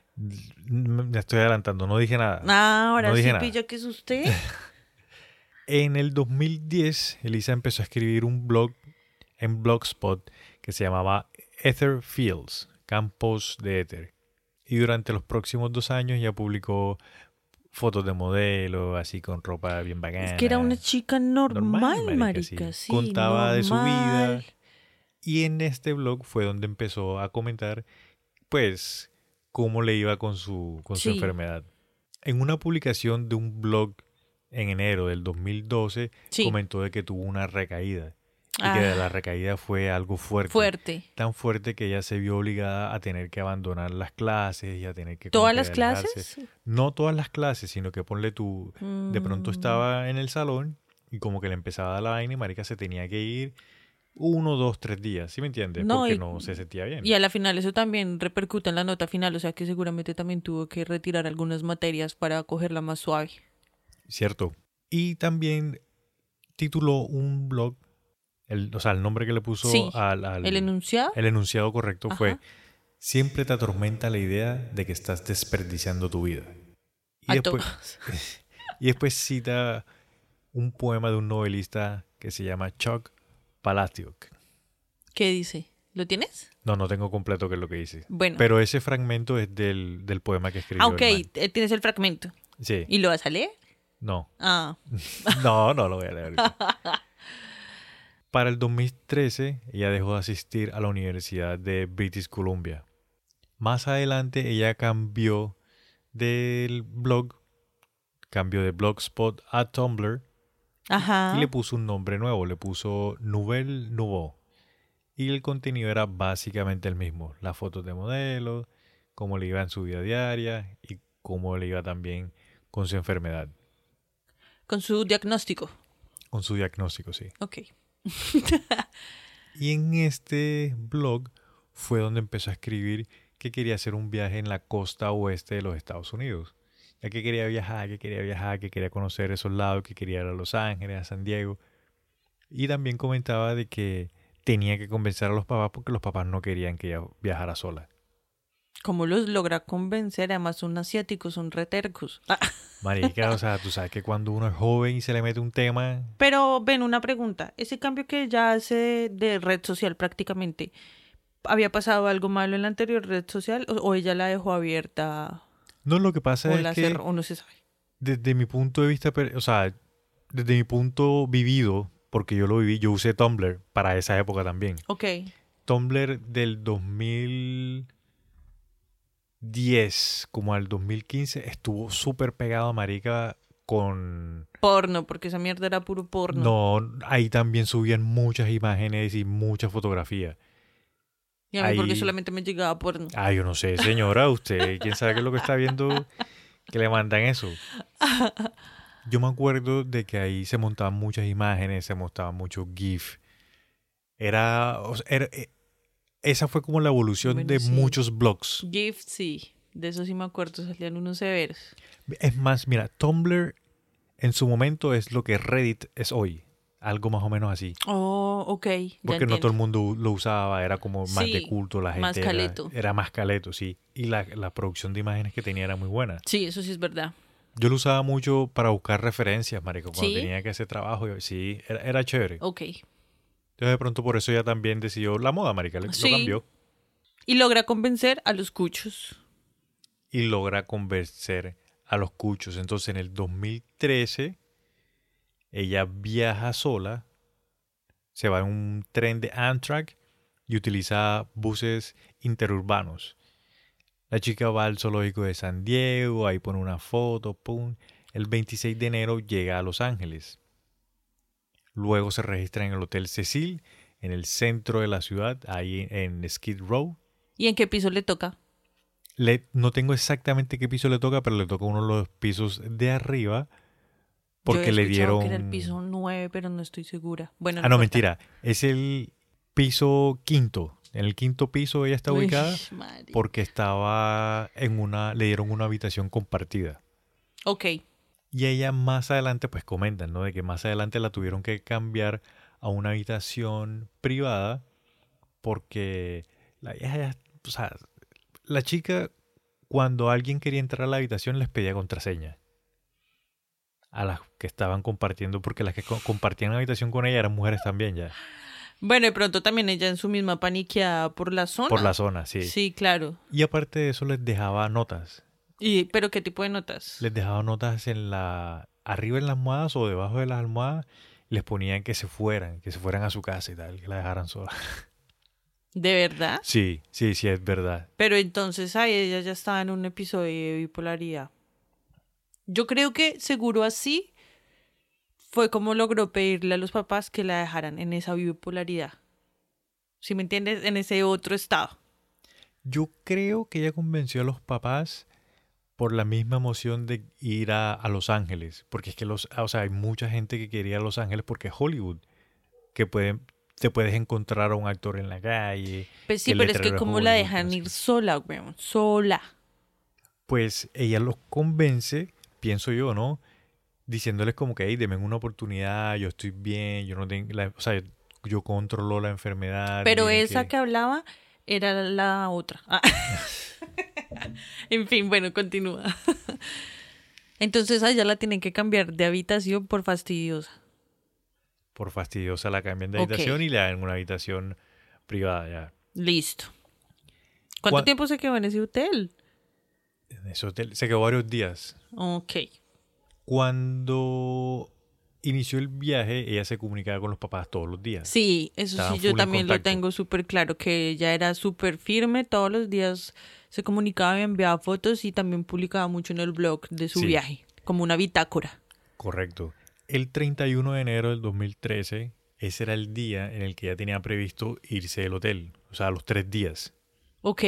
me estoy adelantando, no dije nada. Ah, ahora No dije sí nada. pilla que es usted. En el dos mil diez, Elisa empezó a escribir un blog en Blogspot que se llamaba Ether Fields, Campos de Éter. Y durante los próximos dos años ya publicó fotos de modelo, así con ropa bien bacana. Es que era una chica normal, Normal, marica, marica, sí. sí. Contaba de su vida. normal. Y en este blog fue donde empezó a comentar, pues, cómo le iba con su, con su Sí. enfermedad. En una publicación de un blog en enero del dos mil doce, Sí. comentó de que tuvo una recaída. Y Ah. que la recaída fue algo fuerte. Fuerte. Tan fuerte que ella se vio obligada a tener que abandonar las clases y a tener que... como ¿Todas que las alejarse. clases? No todas las clases, sino que ponle tú... De pronto Mm. estaba en el salón y como que le empezaba a dar la vaina y marica se tenía que ir uno, dos, tres días, ¿sí me entiendes? No, Porque y- no se sentía bien. Y a la final eso también repercute en la nota final, o sea que seguramente también tuvo que retirar algunas materias para cogerla más suave. Cierto. Y también tituló un blog, el, o sea, el nombre que le puso Sí. al, al- ¿El enunciado? el enunciado correcto fue: Ajá. siempre te atormenta la idea de que estás desperdiciando tu vida. Y A después, todos. y después cita un poema de un novelista que se llama Chuck Palahniuk. ¿Qué dice? ¿Lo tienes? No, no tengo completo qué es lo que dice. Bueno. Pero ese fragmento es del, del poema que escribió. Ah, el ok, man. eh, tienes el fragmento. Sí. ¿Y lo vas a leer? No. Ah, No, no lo voy a leer ahorita. Para el dos mil trece, ella dejó de asistir a la Universidad de British Columbia. Más adelante, ella cambió del blog, cambió de Blogspot a Tumblr ajá. y le puso un nombre nuevo, le puso Nouvelle Nouveau. Y el contenido era básicamente el mismo, las fotos de modelo, cómo le iba en su vida diaria y cómo le iba también con su enfermedad, Con su diagnóstico. con su diagnóstico, sí. Ok. Y en este blog fue donde empezó a escribir que quería hacer un viaje en la costa oeste de los Estados Unidos. Ya que quería viajar, que quería viajar, que quería conocer esos lados, que quería ir a Los Ángeles, a San Diego. Y también comentaba de que tenía que convencer a los papás porque los papás no querían que ella viajara sola. ¿Cómo los logra convencer? Además son asiáticos, son retercos. Ah. Marica, o sea, tú sabes que cuando uno es joven y se le mete un tema... Pero ven, una pregunta. Ese cambio que ella hace de, de red social prácticamente, ¿había pasado algo malo en la anterior red social o, o ella la dejó abierta No, lo que pasa o es la que cerró o no se sabe? desde mi punto de vista, per- o sea, desde mi punto vivido, porque yo lo viví, yo usé Tumblr para esa época también. Ok. Tumblr del dos mil diez como al dos mil quince estuvo súper pegado, marica, con... Porno, porque esa mierda era puro porno. No, ahí también subían muchas imágenes y muchas fotografías. Y a mí porque ahí- solamente me llegaba porno. Ah, yo no sé, señora, usted, quién sabe qué es lo que está viendo que le mandan eso. Yo me acuerdo de que ahí se montaban muchas imágenes, se montaban muchos GIF. Era, o sea, era- eh, esa fue como la evolución Bueno, de sí. muchos blogs. GIF, sí. De eso sí me acuerdo, salían unos severos. Es más, mira, Tumblr en su momento es lo que Reddit es hoy. Algo más o menos así. Oh, ok. Ya Porque no entiendo. todo el mundo lo usaba, era como más de Sí, culto, la gente más era- caleto. Era, más caleto, sí. Y la, la producción de imágenes que tenía era muy buena. Sí, eso sí es verdad. Yo lo usaba mucho para buscar referencias, marico, cuando ¿Sí? tenía que hacer trabajo. yo- sí, era, era chévere. Ok. Entonces de pronto por eso ella también decidió la moda, marica, le- Sí. lo cambió. Y logra convencer a los cuchos. Y logra convencer a los cuchos. Entonces en el dos mil trece ella viaja sola, se va en un tren de Amtrak y utiliza buses interurbanos. La chica va al zoológico de San Diego, ahí pone una foto, pum. El veintiséis de enero llega a Los Ángeles. Luego se registra en el Hotel Cecil, en el centro de la ciudad, ahí en Skid Row. ¿Y en qué piso le toca? le, no tengo exactamente qué piso le toca, pero le toca uno de los pisos de arriba porque Yo le había dieron... escuchado que era el piso nueve, pero no estoy segura. Bueno, Ah, no, importa. mentira. Es el piso quinto. En el quinto piso ella está Uy, ubicada madre. porque estaba en una... Le dieron una habitación compartida. Ok. Y ella más adelante, pues comentan, ¿no? De que más adelante la tuvieron que cambiar a una habitación privada porque la vieja ya- o sea, la chica, cuando alguien quería entrar a la habitación, les pedía contraseña a las que estaban compartiendo, porque las que co- compartían la habitación con ella eran mujeres también ya, Bueno, de pronto también ella en su misma paniqueada por la zona. por la zona, sí. Sí, claro. Y aparte de eso les dejaba notas. Y, ¿pero qué tipo de notas? Les dejaba notas en la arriba en las almohadas o debajo de las almohadas. Les ponían que se fueran, que se fueran a su casa y tal, que la dejaran sola. ¿De verdad? Sí, sí, sí, es verdad. Pero entonces ahí ella ya estaba en un episodio de bipolaridad. Yo creo que seguro así fue como logró pedirle a los papás que la dejaran en esa bipolaridad. ¿Sí me entiendes? En ese otro estado. Yo creo que ella convenció a los papás por la misma emoción de ir a, a Los Ángeles. Porque es que los, o sea, hay mucha gente que quería ir a Los Ángeles porque es Hollywood. Que pueden, te puedes encontrar a un actor en la calle. Pues sí, el pero es que letrero de como la Hollywood, dejan no sé ir qué. sola, weón. Sola. Pues ella los convence, pienso yo, ¿no? Diciéndoles como que, hey, denme una oportunidad, yo estoy bien, yo no tengo, la- o sea, yo controlo la enfermedad. Pero miren esa que hablaba era la otra. Ah. En fin, bueno, continúa. Entonces a ella la tienen que cambiar de habitación por fastidiosa. Por fastidiosa la cambian de Ok. habitación y le dan una habitación privada ya. Listo. ¿Cuánto ¿Cuán- tiempo se quedó en ese hotel? En ese hotel se quedó varios días. Ok. Cuando inició el viaje, ella se comunicaba con los papás todos los días. Sí, eso Estaban sí, yo full en también lo contacto. tengo súper claro, que ella era súper firme, todos los días se comunicaba y enviaba fotos y también publicaba mucho en el blog de su Sí. viaje, como una bitácora. Correcto. El treinta y uno de enero del dos mil trece, ese era el día en el que ella tenía previsto irse del hotel. O sea, los tres días. Ok,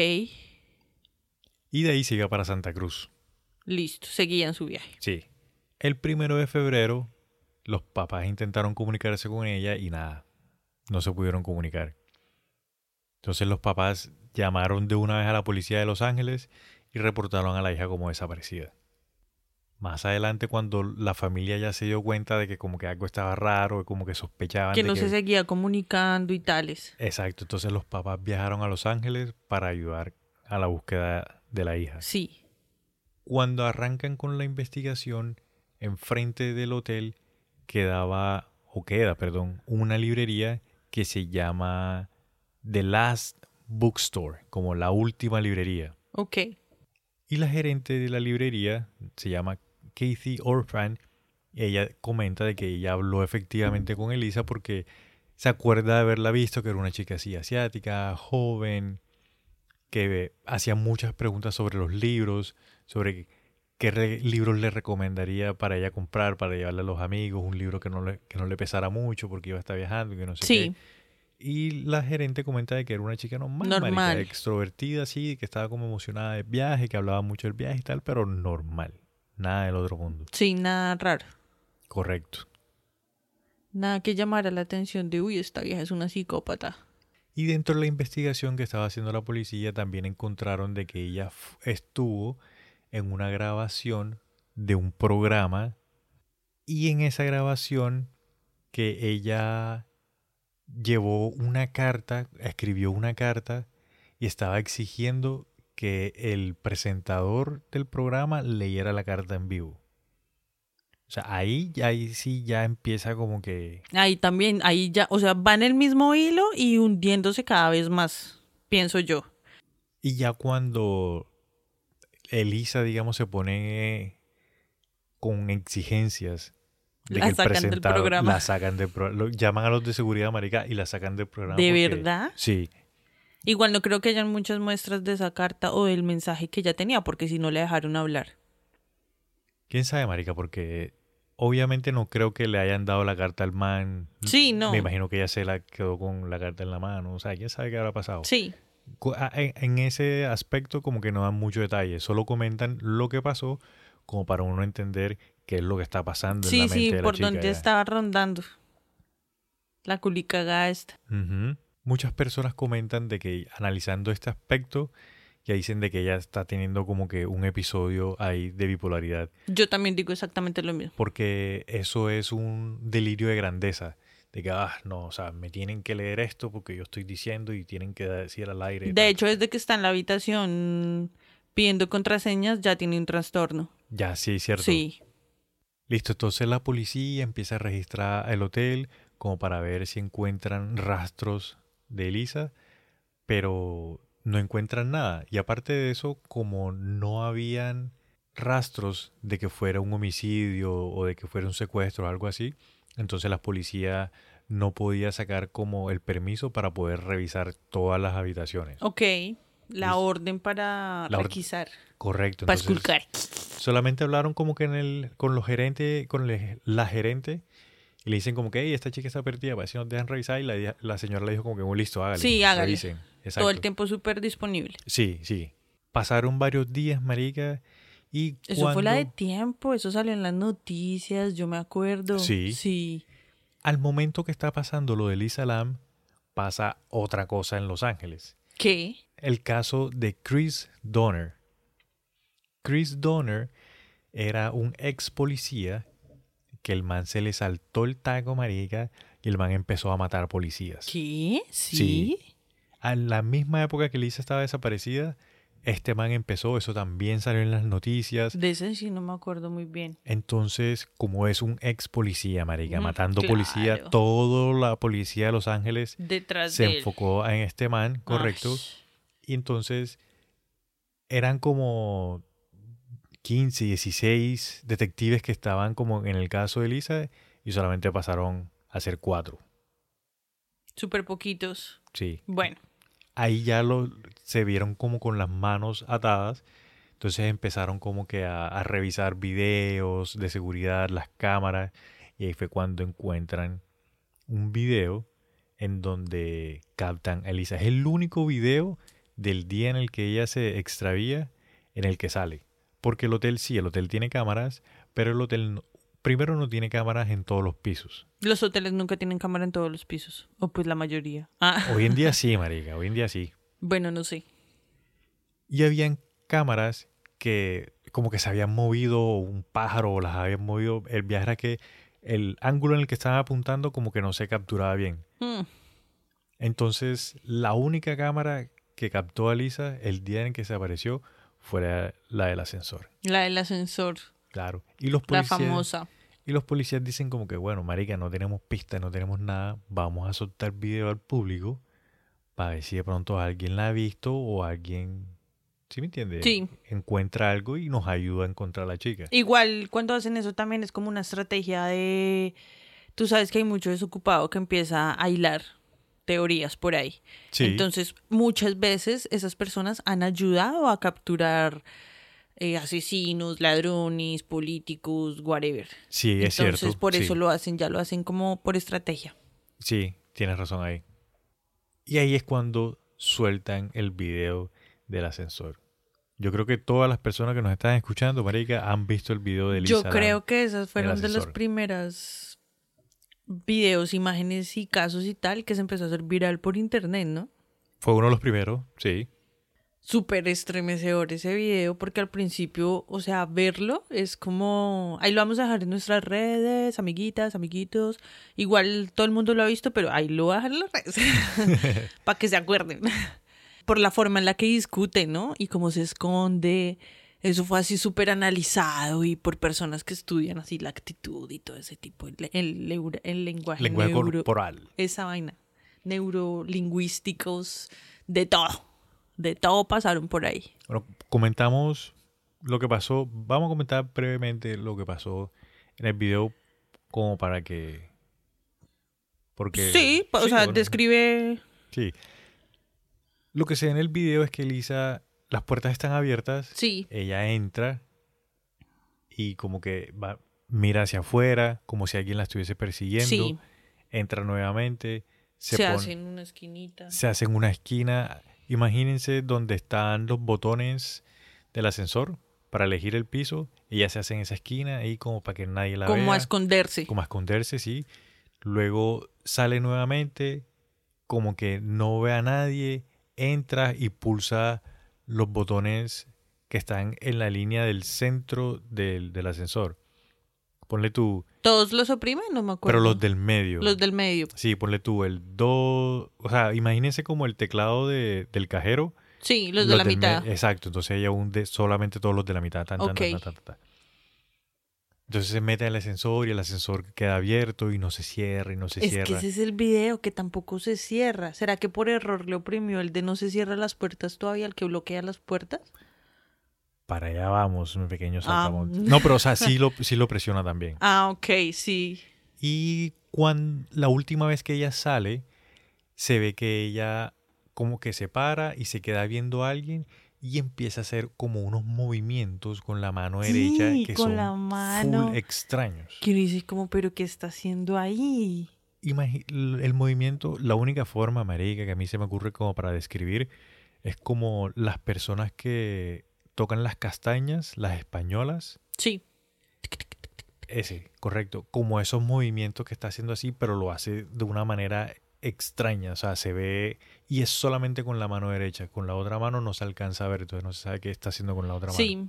Y de ahí se iba para Santa Cruz. listo, seguían su viaje. Sí. El primero de febrero, los papás intentaron comunicarse con ella y nada, no se pudieron comunicar. Entonces los papás llamaron de una vez a la policía de Los Ángeles y reportaron a la hija como desaparecida. Más adelante, cuando la familia ya se dio cuenta de que como que algo estaba raro, como que sospechaban Que de no que... se seguía comunicando y tales. Exacto, entonces los papás viajaron a Los Ángeles para ayudar a la búsqueda de la hija. Sí, Cuando arrancan con la investigación, enfrente del hotel quedaba, o queda, perdón, una librería que se llama The Last Bookstore, como la última librería. ok. Y la gerente de la librería se llama Kathy Orphan. Ella comenta de que ella habló efectivamente con Elisa porque se acuerda de haberla visto, que era una chica así asiática, joven, que hacía muchas preguntas sobre los libros, sobre qué re- libros le recomendaría para ella comprar, para llevarle a los amigos, un libro que no le, que no le pesara mucho porque iba a estar viajando y que no sé Sí, qué. Y la gerente comenta de que era una chica normal, Normal. marica, extrovertida, así, que estaba como emocionada del viaje, que hablaba mucho del viaje y tal, pero normal. Nada del otro mundo. sí, nada raro. Correcto. Nada que llamara la atención de, uy, esta vieja es una psicópata. Y dentro de la investigación que estaba haciendo la policía también encontraron de que ella f- estuvo en una grabación de un programa y en esa grabación que ella llevó una carta, escribió una carta y estaba exigiendo que el presentador del programa leyera la carta en vivo. O sea, ahí, ahí sí ya empieza como que... Ahí también, ahí ya, o sea, va en el mismo hilo y hundiéndose cada vez más, pienso yo. Y ya cuando Elisa, digamos, se pone con exigencias de La que el sacan del presentador programa. la sacan del programa, llaman a los de seguridad, marica, y la sacan del programa. ¿De porque- verdad? Sí. Igual no creo que hayan muchas muestras de esa carta o del mensaje que ella tenía, porque si no le dejaron hablar. ¿Quién sabe, marica? Porque obviamente no creo que le hayan dado la carta al man. Sí, no. Me imagino que ella se la quedó con la carta en la mano. O sea, ¿quién sabe qué habrá pasado? Sí, Co- a- En, en ese aspecto como que no dan mucho detalle, solo comentan lo que pasó como para uno entender qué es lo que está pasando en la Sí, mente sí, de la por chica. donde ya. estaba rondando. La culicagada esta. Ujú. Muchas personas comentan de que analizando este aspecto ya dicen de que ella está teniendo como que un episodio ahí de bipolaridad, Yo también digo exactamente lo mismo. porque eso es un delirio de grandeza, de que, ah, no, o sea, me tienen que leer esto porque yo estoy diciendo y tienen que decir al aire. De hecho, desde que está en la habitación pidiendo contraseñas, ya tiene un trastorno. Ya, sí, cierto. Sí. Listo, entonces la policía empieza a registrar el hotel como para ver si encuentran rastros de Elisa, pero no encuentran nada. Y aparte de eso, como no habían rastros de que fuera un homicidio o de que fuera un secuestro o algo así, entonces la policía no podía sacar como el permiso para poder revisar todas las habitaciones. Ok. La Listo. orden para La or- requisar. Correcto. Para Entonces, esculcar. solamente hablaron como que en el, con los gerentes, con le- la gerente, y le dicen como que, hey, esta chica está perdida, para ver si nos dejan revisar, y la, la señora le dijo como que, muy listo, hágale. Sí, hágale. Revisen. Exacto. Todo el tiempo súper disponible. Sí, sí. Pasaron varios días, marica, y Eso fue la de cuando, tiempo, eso salió en las noticias, yo me acuerdo. Sí. Sí. al momento que está pasando lo de Lisa Lam, pasa otra cosa en Los Ángeles. ¿Qué? El caso de Chris Donner. Chris Donner era un ex policía que el man se le saltó el taco, marica, y el man empezó a matar policías. ¿Qué? ¿Sí? Sí. A la misma época que Lisa estaba desaparecida, este man empezó, eso también salió en las noticias. De ese sí no me acuerdo muy bien. Entonces, como es un ex policía, marica, Mm, matando claro. policía, toda la policía de Los Ángeles Detrás se de él. enfocó en este man, correcto. Ay. Y entonces eran como quince, dieciséis detectives que estaban como en el caso de Lisa y solamente pasaron a ser cuatro. Súper poquitos. Sí. Bueno. Ahí ya lo, se vieron como con las manos atadas. Entonces empezaron como que a, a revisar videos de seguridad, las cámaras. Y ahí fue cuando encuentran un video en donde captan a Elisa. Es el único video del día en el que ella se extravía en el que sale. Porque el hotel sí, el hotel tiene cámaras, pero el hotel no- primero no tiene cámaras en todos los pisos. Los hoteles nunca tienen cámara en todos los pisos. O pues la mayoría. Ah. Hoy en día sí, marica, hoy en día sí. Bueno, no sé. Y habían cámaras que como que se habían movido un pájaro o las habían movido. El viaje era que el ángulo en el que estaban apuntando como que no se capturaba bien. Hmm. Entonces, la única cámara que captó a Lisa el día en que se apareció fue la, la del ascensor. La del ascensor. Claro. Y los La policías, famosa. y los policías dicen como que, bueno, marica, no tenemos pistas, no tenemos nada. Vamos a soltar video al público para ver si de pronto alguien la ha visto o alguien, ¿sí me entiende? Sí. Encuentra algo y nos ayuda a encontrar a la chica. Igual cuando hacen eso también es como una estrategia de... Tú sabes que hay mucho desocupado que empieza a hilar teorías por ahí. Sí. Entonces, muchas veces esas personas han ayudado a capturar eh, asesinos, ladrones, políticos, whatever. Sí, es Entonces, cierto. por sí. eso lo hacen, ya lo hacen como por estrategia. Sí, tienes razón ahí. Y ahí es cuando sueltan el video del ascensor. Yo creo que todas las personas que nos están escuchando, marica, han visto el video de Lisa Yo Lam. creo que esas fueron de los ascensor. primeros videos, imágenes y casos y tal que se empezó a hacer viral por internet, ¿no? Fue uno de los primeros, sí. Súper estremecedor ese video porque al principio, o sea, verlo es como... Ahí lo vamos a dejar en nuestras redes, amiguitas, amiguitos. Igual todo el mundo lo ha visto, pero ahí lo voy a dejar en las redes para que se acuerden. Por la forma en la que discute, ¿no? Y cómo se esconde. Eso fue así súper analizado y por personas que estudian así la actitud y todo ese tipo. El, el, el, el lenguaje, Lenguaje neuro- corporal. esa vaina. Neurolingüísticos, de todo. De todo pasaron por ahí. Bueno, comentamos lo que pasó. Vamos a comentar brevemente lo que pasó en el video como para que... Porque... Sí, o sea, bueno, describe... Sí. Lo que se ve en el video es que Lisa, las puertas están abiertas. Sí. Ella entra y como que va, mira hacia afuera, como si alguien la estuviese persiguiendo. Sí. Entra nuevamente, se, Se, pone- hace en una esquinita. se hace en una esquina Imagínense donde están los botones del ascensor para elegir el piso. Ella se hace en esa esquina ahí como para que nadie la vea. Como a esconderse. Como a esconderse, sí. Luego sale nuevamente, como que no ve a nadie, entra y pulsa los botones que están en la línea del centro del, del ascensor. Ponle tú... ¿Todos los oprimen? No me acuerdo. Pero los del medio. Los del medio. Sí, ponle tú el do... O sea, imagínense como el teclado de, del cajero. Sí, los de la del mitad. me- Exacto, entonces ella hunde solamente todos los de la mitad. Tan, tan, Ok. tan, tan, tan, tan. Entonces se mete al ascensor y el ascensor queda abierto y no se cierra y no se Es cierra. que ese es el video que tampoco se cierra. ¿Será que por error le oprimió el de no se cierra las puertas todavía, el que bloquea las puertas? Para allá vamos, mi pequeño Ah. saltamontes. No, pero o sea, sí lo, sí lo presiona también. Ah, ok, sí. Y cuando la última vez que ella sale, se ve que ella como que se para y se queda viendo a alguien y empieza a hacer como unos movimientos con la mano Sí, derecha que con son la mano. full extraños. Que uno dice como, pero ¿qué está haciendo ahí? Imagi- el movimiento, la única forma, marica, que a mí se me ocurre como para describir es como las personas que tocan las castañas, las españolas. Sí. Ese, correcto. Como esos movimientos que está haciendo así, pero lo hace de una manera extraña. O sea, se ve y es solamente con la mano derecha. Con la otra mano no se alcanza a ver, entonces no se sabe qué está haciendo con la otra mano. Sí.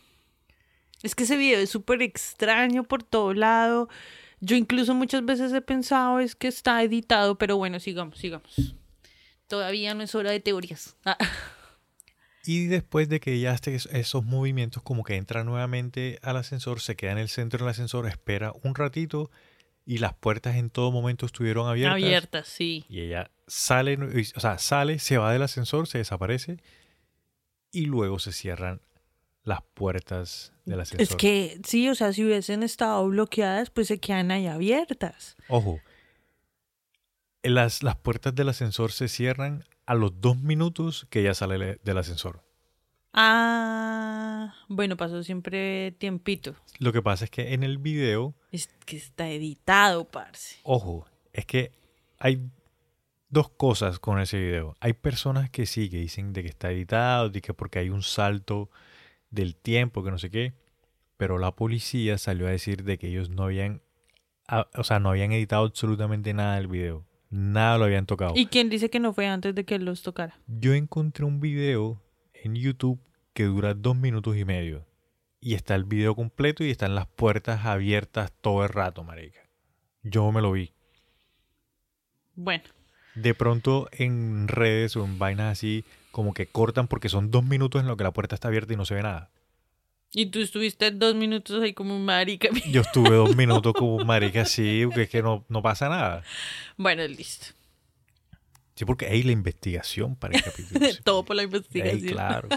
Es que ese video es súper extraño por todo lado. Yo incluso muchas veces he pensado es que está editado, pero bueno, sigamos, sigamos. Todavía no es hora de teorías. Ah. Y después de que ella hace es- esos movimientos, como que entra nuevamente al ascensor, se queda en el centro del ascensor, espera un ratito y las puertas en todo momento estuvieron abiertas. Abiertas, sí. Y ella sale, nu- y- o sea, sale, se va del ascensor, se desaparece y luego se cierran las puertas del ascensor. Es que sí, o sea, si hubiesen estado bloqueadas, pues se quedan ahí abiertas. Ojo, las, las puertas del ascensor se cierran a los dos minutos que ella sale le- del ascensor. Ah, bueno, pasó siempre tiempito. Lo que pasa es que en el video, Es que está editado, parce. ojo, es que hay dos cosas con ese video. Hay personas que sí, que dicen de que está editado, de que porque hay un salto del tiempo, que no sé qué, pero la policía salió a decir de que ellos no habían, a- o sea, no habían editado absolutamente nada del video. Nada lo habían tocado. ¿Y quién dice que no fue antes de que él los tocara? Yo encontré un video en YouTube que dura dos minutos y medio. Y está el video completo y están las puertas abiertas todo el rato, marica. Yo me lo vi. Bueno, De pronto en redes o en vainas así, como que cortan porque son dos minutos en lo que la puerta está abierta y no se ve nada. y tú estuviste dos minutos ahí como un marica. Yo estuve dos minutos como un marica así, porque es que no, no pasa nada. Bueno, listo. Sí, porque hay la investigación para el capítulo. sí. Todo por la Ey, investigación. claro.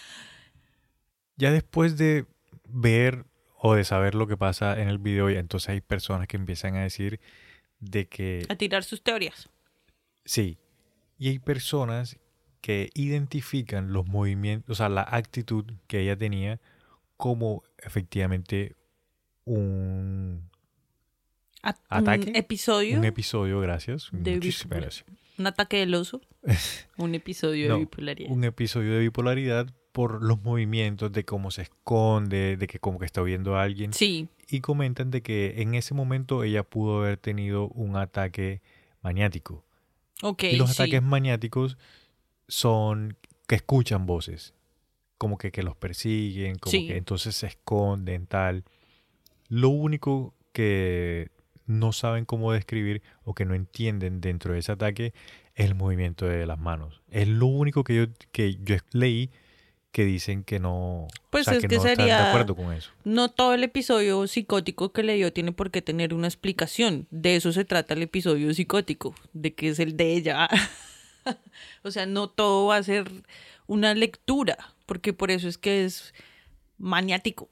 Ya después de ver o de saber lo que pasa en el video, ya entonces hay personas que empiezan a decir de que A tirar sus teorías. sí. Y hay personas que identifican los movimientos, o sea, la actitud que ella tenía como efectivamente un, A- ¿Ataque? Un episodio. un episodio, gracias. De Muchísimas bipolar- gracias. Un ataque del oso. Un episodio No, de bipolaridad. un episodio de bipolaridad por los movimientos, de cómo se esconde, de que como que está viendo a alguien. Sí, Y comentan de que en ese momento ella pudo haber tenido un ataque maniático. ok. y los sí. ataques maniáticos son que escuchan voces, como que, que los persiguen, como Sí. que entonces se esconden, tal. Lo único que no saben cómo describir o que no entienden dentro de ese ataque es el movimiento de las manos. Es lo único que yo, que yo leí que dicen que no, Pues o sea, es que que no están de sería- acuerdo con eso. No todo el episodio psicótico que le dio tiene por qué tener una explicación. De eso se trata el episodio psicótico, de que es el de ella. O sea, no todo va a ser una lectura, porque por eso es que es maniático.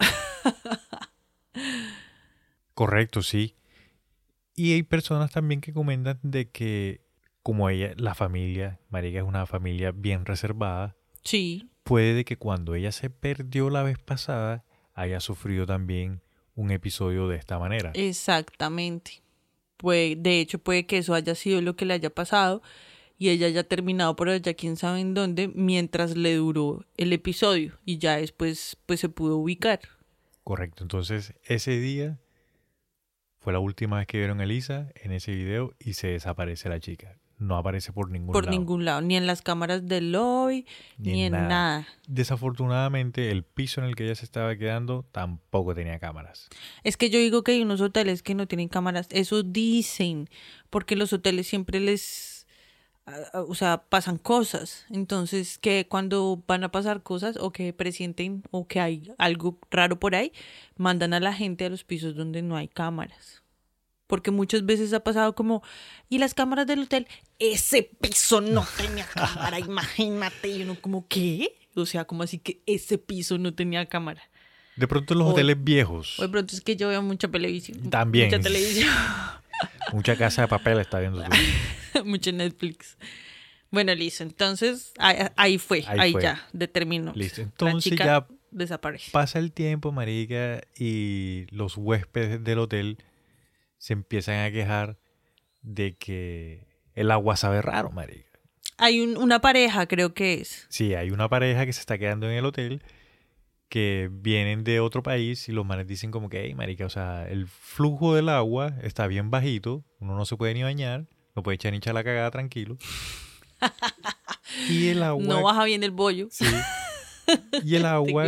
Correcto, sí. Y hay personas también que comentan de que como ella, la familia, Marica es una familia bien reservada, Sí, puede de que cuando ella se perdió la vez pasada haya sufrido también un episodio de esta manera. exactamente. Puede, de hecho, puede que eso haya sido lo que le haya pasado y ella ya ha terminado por allá quién sabe en dónde mientras le duró el episodio y ya después pues se pudo ubicar. Correcto, entonces ese día fue la última vez que vieron a Elisa en ese video y se desaparece la chica. No aparece por ningún Por lado. ningún lado, ni en las cámaras del lobby, ni, ni en nada. nada. Desafortunadamente, el piso en el que ella se estaba quedando tampoco tenía cámaras. Es que yo digo que hay unos hoteles que no tienen cámaras. Eso dicen, porque los hoteles siempre les... O sea, pasan cosas. Entonces, que cuando van a pasar cosas o que presienten o que hay algo raro por ahí, mandan a la gente a los pisos donde no hay cámaras. Porque muchas veces ha pasado como, y las cámaras del hotel, ese piso no tenía cámara, imagínate. Y uno como, ¿qué? O sea, como así que ese piso no tenía cámara. De pronto los o, hoteles viejos. O de pronto es que yo veo mucha televisión. También. Mucha televisión. Mucha Casa de Papel está viendo tú. Mucho Netflix. Bueno, listo. Entonces, ahí, ahí fue. Ahí, ahí fue. Ya determinó. Listo. Entonces la chica ya desaparece. Pasa el tiempo, marica, y los huéspedes del hotel se empiezan a quejar de que el agua sabe raro, marica. Hay un, una pareja, creo que es. Sí, hay una pareja que se está quedando en el hotel que vienen de otro país y los manes dicen como que, hey, marica, o sea, el flujo del agua está bien bajito, uno no se puede ni bañar, no puede echar ni echar la cagada tranquilo. Y el agua... No baja bien el bollo. Sí. Y el agua...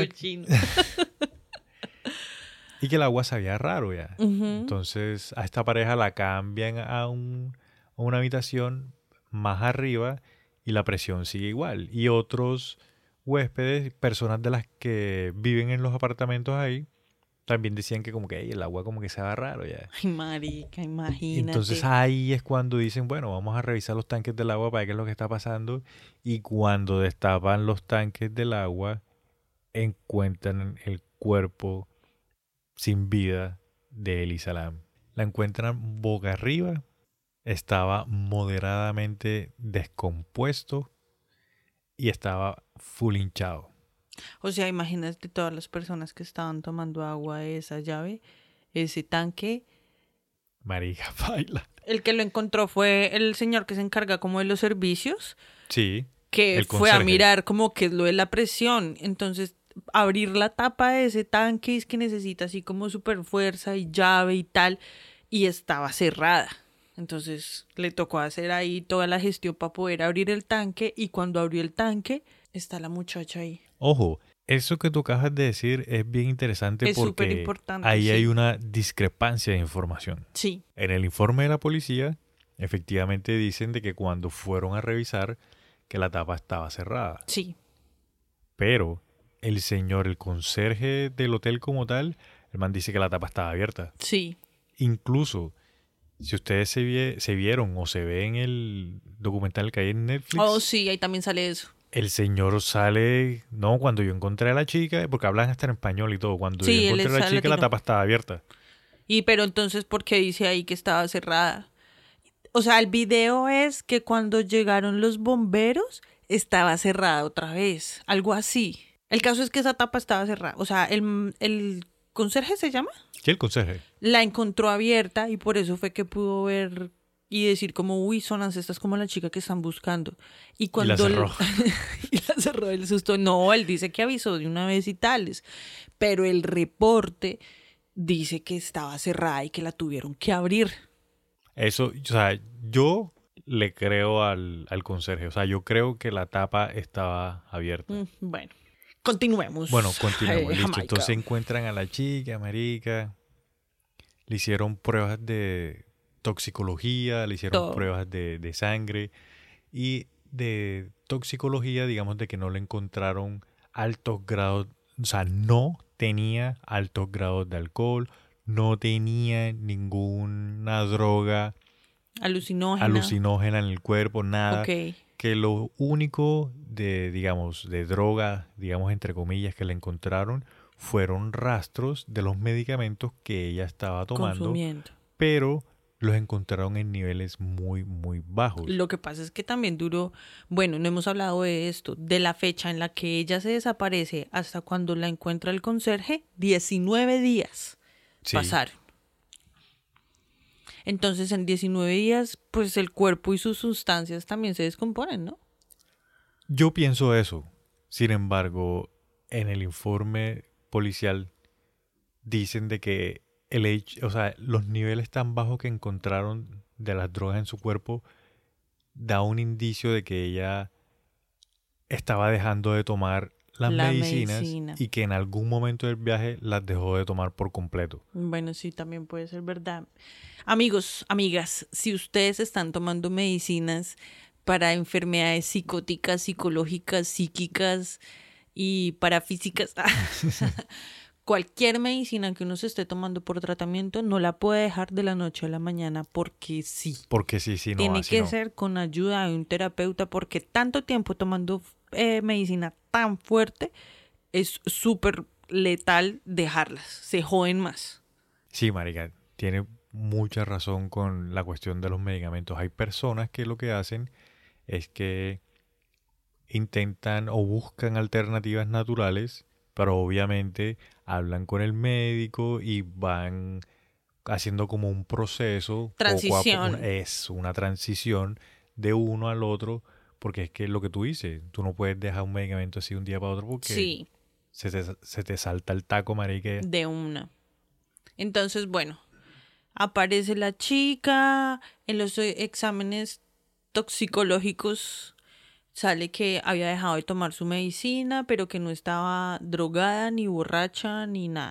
Y que el agua sabía raro ya. Uh-huh. Entonces a esta pareja la cambian a, un, a una habitación más arriba y la presión sigue igual. Y otros huéspedes, personas de las que viven en los apartamentos ahí, también decían que como que hey, el agua como que sabe raro ya. Ay, marica, imagínate. Entonces ahí es cuando dicen, bueno, vamos a revisar los tanques del agua para ver qué es lo que está pasando. Y cuando destapan los tanques del agua, encuentran el cuerpo sin vida de Elisa Lam. La encuentran boca arriba, estaba moderadamente descompuesto y estaba full hinchado. O sea, imagínate todas las personas que estaban tomando agua de esa llave, ese tanque. Marica, baila. El que lo encontró fue el señor que se encarga como de los servicios. Sí. Que fue a mirar como que es lo de la presión. Entonces, abrir la tapa de ese tanque es que necesita así como super fuerza y llave y tal, y estaba cerrada. Entonces le tocó hacer ahí toda la gestión para poder abrir el tanque, y cuando abrió el tanque está la muchacha ahí. Ojo, eso que tú acabas de decir es bien interesante, es porque importante, ahí sí. hay una discrepancia de información. Sí. En el informe de la policía efectivamente dicen de que cuando fueron a revisar que la tapa estaba cerrada. Sí. Pero el señor, el conserje del hotel como tal, el man dice que la tapa estaba abierta. Sí. Incluso, si ustedes se, vie, se vieron o se ven el documental que hay en Netflix. Oh, sí, ahí también sale eso. El señor sale, no, cuando yo encontré a la chica, porque hablan hasta en español y todo, cuando sí, yo encontré a la chica latino. La tapa estaba abierta. Y pero entonces, ¿por qué dice ahí que estaba cerrada? O sea, el video es que cuando llegaron los bomberos, estaba cerrada otra vez, algo así. El caso es que esa tapa estaba cerrada. O sea, el, el conserje se llama. Sí, el conserje. La encontró abierta y por eso fue que pudo ver y decir como, uy, son estas como la chica que están buscando. Y cuando y la cerró. Él, y la cerró el susto. No, él dice que avisó de una vez y tales. Pero el reporte dice que estaba cerrada y que la tuvieron que abrir. Eso, o sea, yo le creo al, al conserje. O sea, yo creo que la tapa estaba abierta. Mm, bueno. Continuemos. Bueno, continuemos. Ay, listo. Entonces encuentran a la chica, marica. Le hicieron pruebas de toxicología, le hicieron Todo. pruebas de, de sangre. Y de toxicología, digamos, de que no le encontraron altos grados. O sea, no tenía altos grados de alcohol. No tenía ninguna droga alucinógena, alucinógena en el cuerpo, nada. Okay. Que lo único de, digamos, de droga, digamos, entre comillas, que le encontraron fueron rastros de los medicamentos que ella estaba tomando, consumiendo. Pero los encontraron en niveles muy, muy bajos. Lo que pasa es que también duró, bueno, no hemos hablado de esto, de la fecha en la que ella se desaparece hasta cuando la encuentra el conserje, diecinueve días sí. pasaron. Entonces, en diecinueve días, pues el cuerpo y sus sustancias también se descomponen, ¿no? Yo pienso eso. Sin embargo, en el informe policial dicen de que el hecho, o sea, los niveles tan bajos que encontraron de las drogas en su cuerpo da un indicio de que ella estaba dejando de tomar las La medicinas medicina. y que en algún momento del viaje las dejó de tomar por completo. Bueno, sí, también puede ser verdad. Amigos, amigas, si ustedes están tomando medicinas para enfermedades psicóticas, psicológicas, psíquicas y parafísicas, cualquier medicina que uno se esté tomando por tratamiento no la puede dejar de la noche a la mañana porque sí. Porque sí, sí, no, Tiene así que no. ser con ayuda de un terapeuta porque tanto tiempo tomando eh, medicina tan fuerte es súper letal dejarlas. Se joden más. Sí, marica, tiene mucha razón con la cuestión de los medicamentos. Hay personas que lo que hacen es que intentan o buscan alternativas naturales, pero obviamente hablan con el médico y van haciendo como un proceso. Transición. Poco a poco, es una transición de uno al otro, porque es que lo que tú dices, tú no puedes dejar un medicamento así un día para otro porque Sí, se te, se te salta el taco, marica. de una. Entonces, bueno, aparece la chica, en los eh, exámenes toxicológicos sale que había dejado de tomar su medicina, pero que no estaba drogada, ni borracha, ni nada.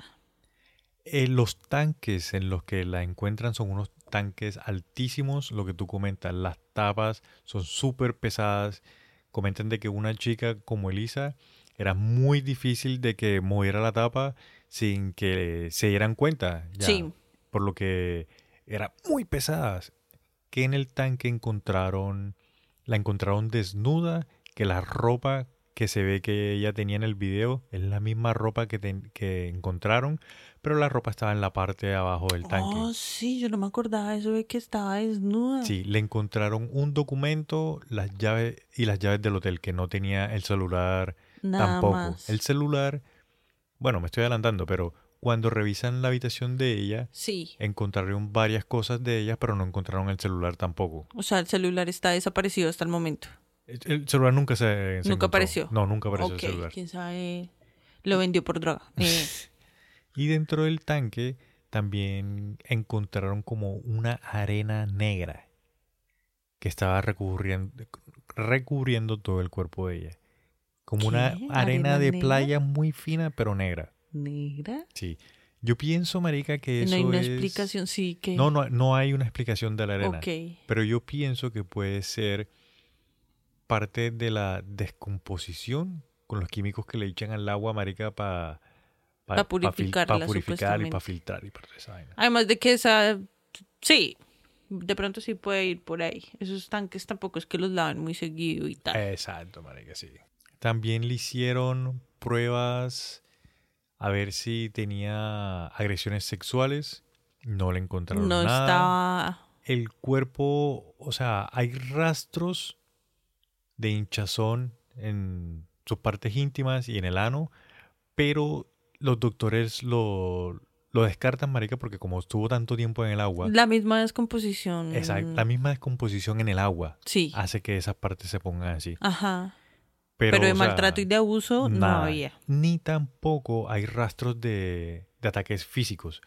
Eh, los tanques en los que la encuentran son unos tanques altísimos, lo que tú comentas, las tapas son súper pesadas. Comentan de que una chica como Elisa era muy difícil de que moviera la tapa sin que se dieran cuenta, ya, Sí. por lo que era muy pesadas. Que en el tanque encontraron, la encontraron desnuda, que la ropa que se ve que ella tenía en el video es la misma ropa que, ten- que encontraron, pero la ropa estaba en la parte de abajo del tanque. Oh, sí, yo no me acordaba de eso de que estaba desnuda. Sí, le encontraron un documento, las llaves y las llaves del hotel, que no tenía el celular Nada tampoco. más. El celular, bueno, me estoy adelantando, pero cuando revisan la habitación de ella, Sí. encontraron varias cosas de ella, pero no encontraron el celular tampoco. O sea, el celular está desaparecido hasta el momento. El, el celular nunca se, se Nunca encontró. apareció. No, nunca apareció Ok, el celular. quién sabe. Lo vendió por droga. Eh, Y dentro del tanque también encontraron como una arena negra que estaba recubriendo, recubriendo todo el cuerpo de ella. Como una ¿Qué? arena, ¿Arena de negra? playa muy fina, pero negra. ¿Negra? Sí. Yo pienso, marica, que Y eso no hay una es... explicación, sí, que... No, no, no hay una explicación de la arena. Ok. Pero yo pienso que puede ser parte de la descomposición con los químicos que le echan al agua, marica, para Pa purificarla, purificar y supuestamente. para filtrar y para esa vaina. Además de que esa... Sí, de pronto sí puede ir por ahí. Esos tanques tampoco es que los laven muy seguido y tal. Exacto, marica, sí. También le hicieron pruebas a ver si tenía agresiones sexuales. No le encontraron No nada. estaba... El cuerpo, o sea, hay rastros de hinchazón en sus partes íntimas y en el ano, pero los doctores lo, lo descartan, marica, porque como estuvo tanto tiempo en el agua, La misma descomposición. esa, la misma descomposición en el agua Sí. hace que esas partes se pongan así. Ajá. Pero, Pero de o sea, maltrato y de abuso no nada. había. Ni tampoco hay rastros de, de ataques físicos.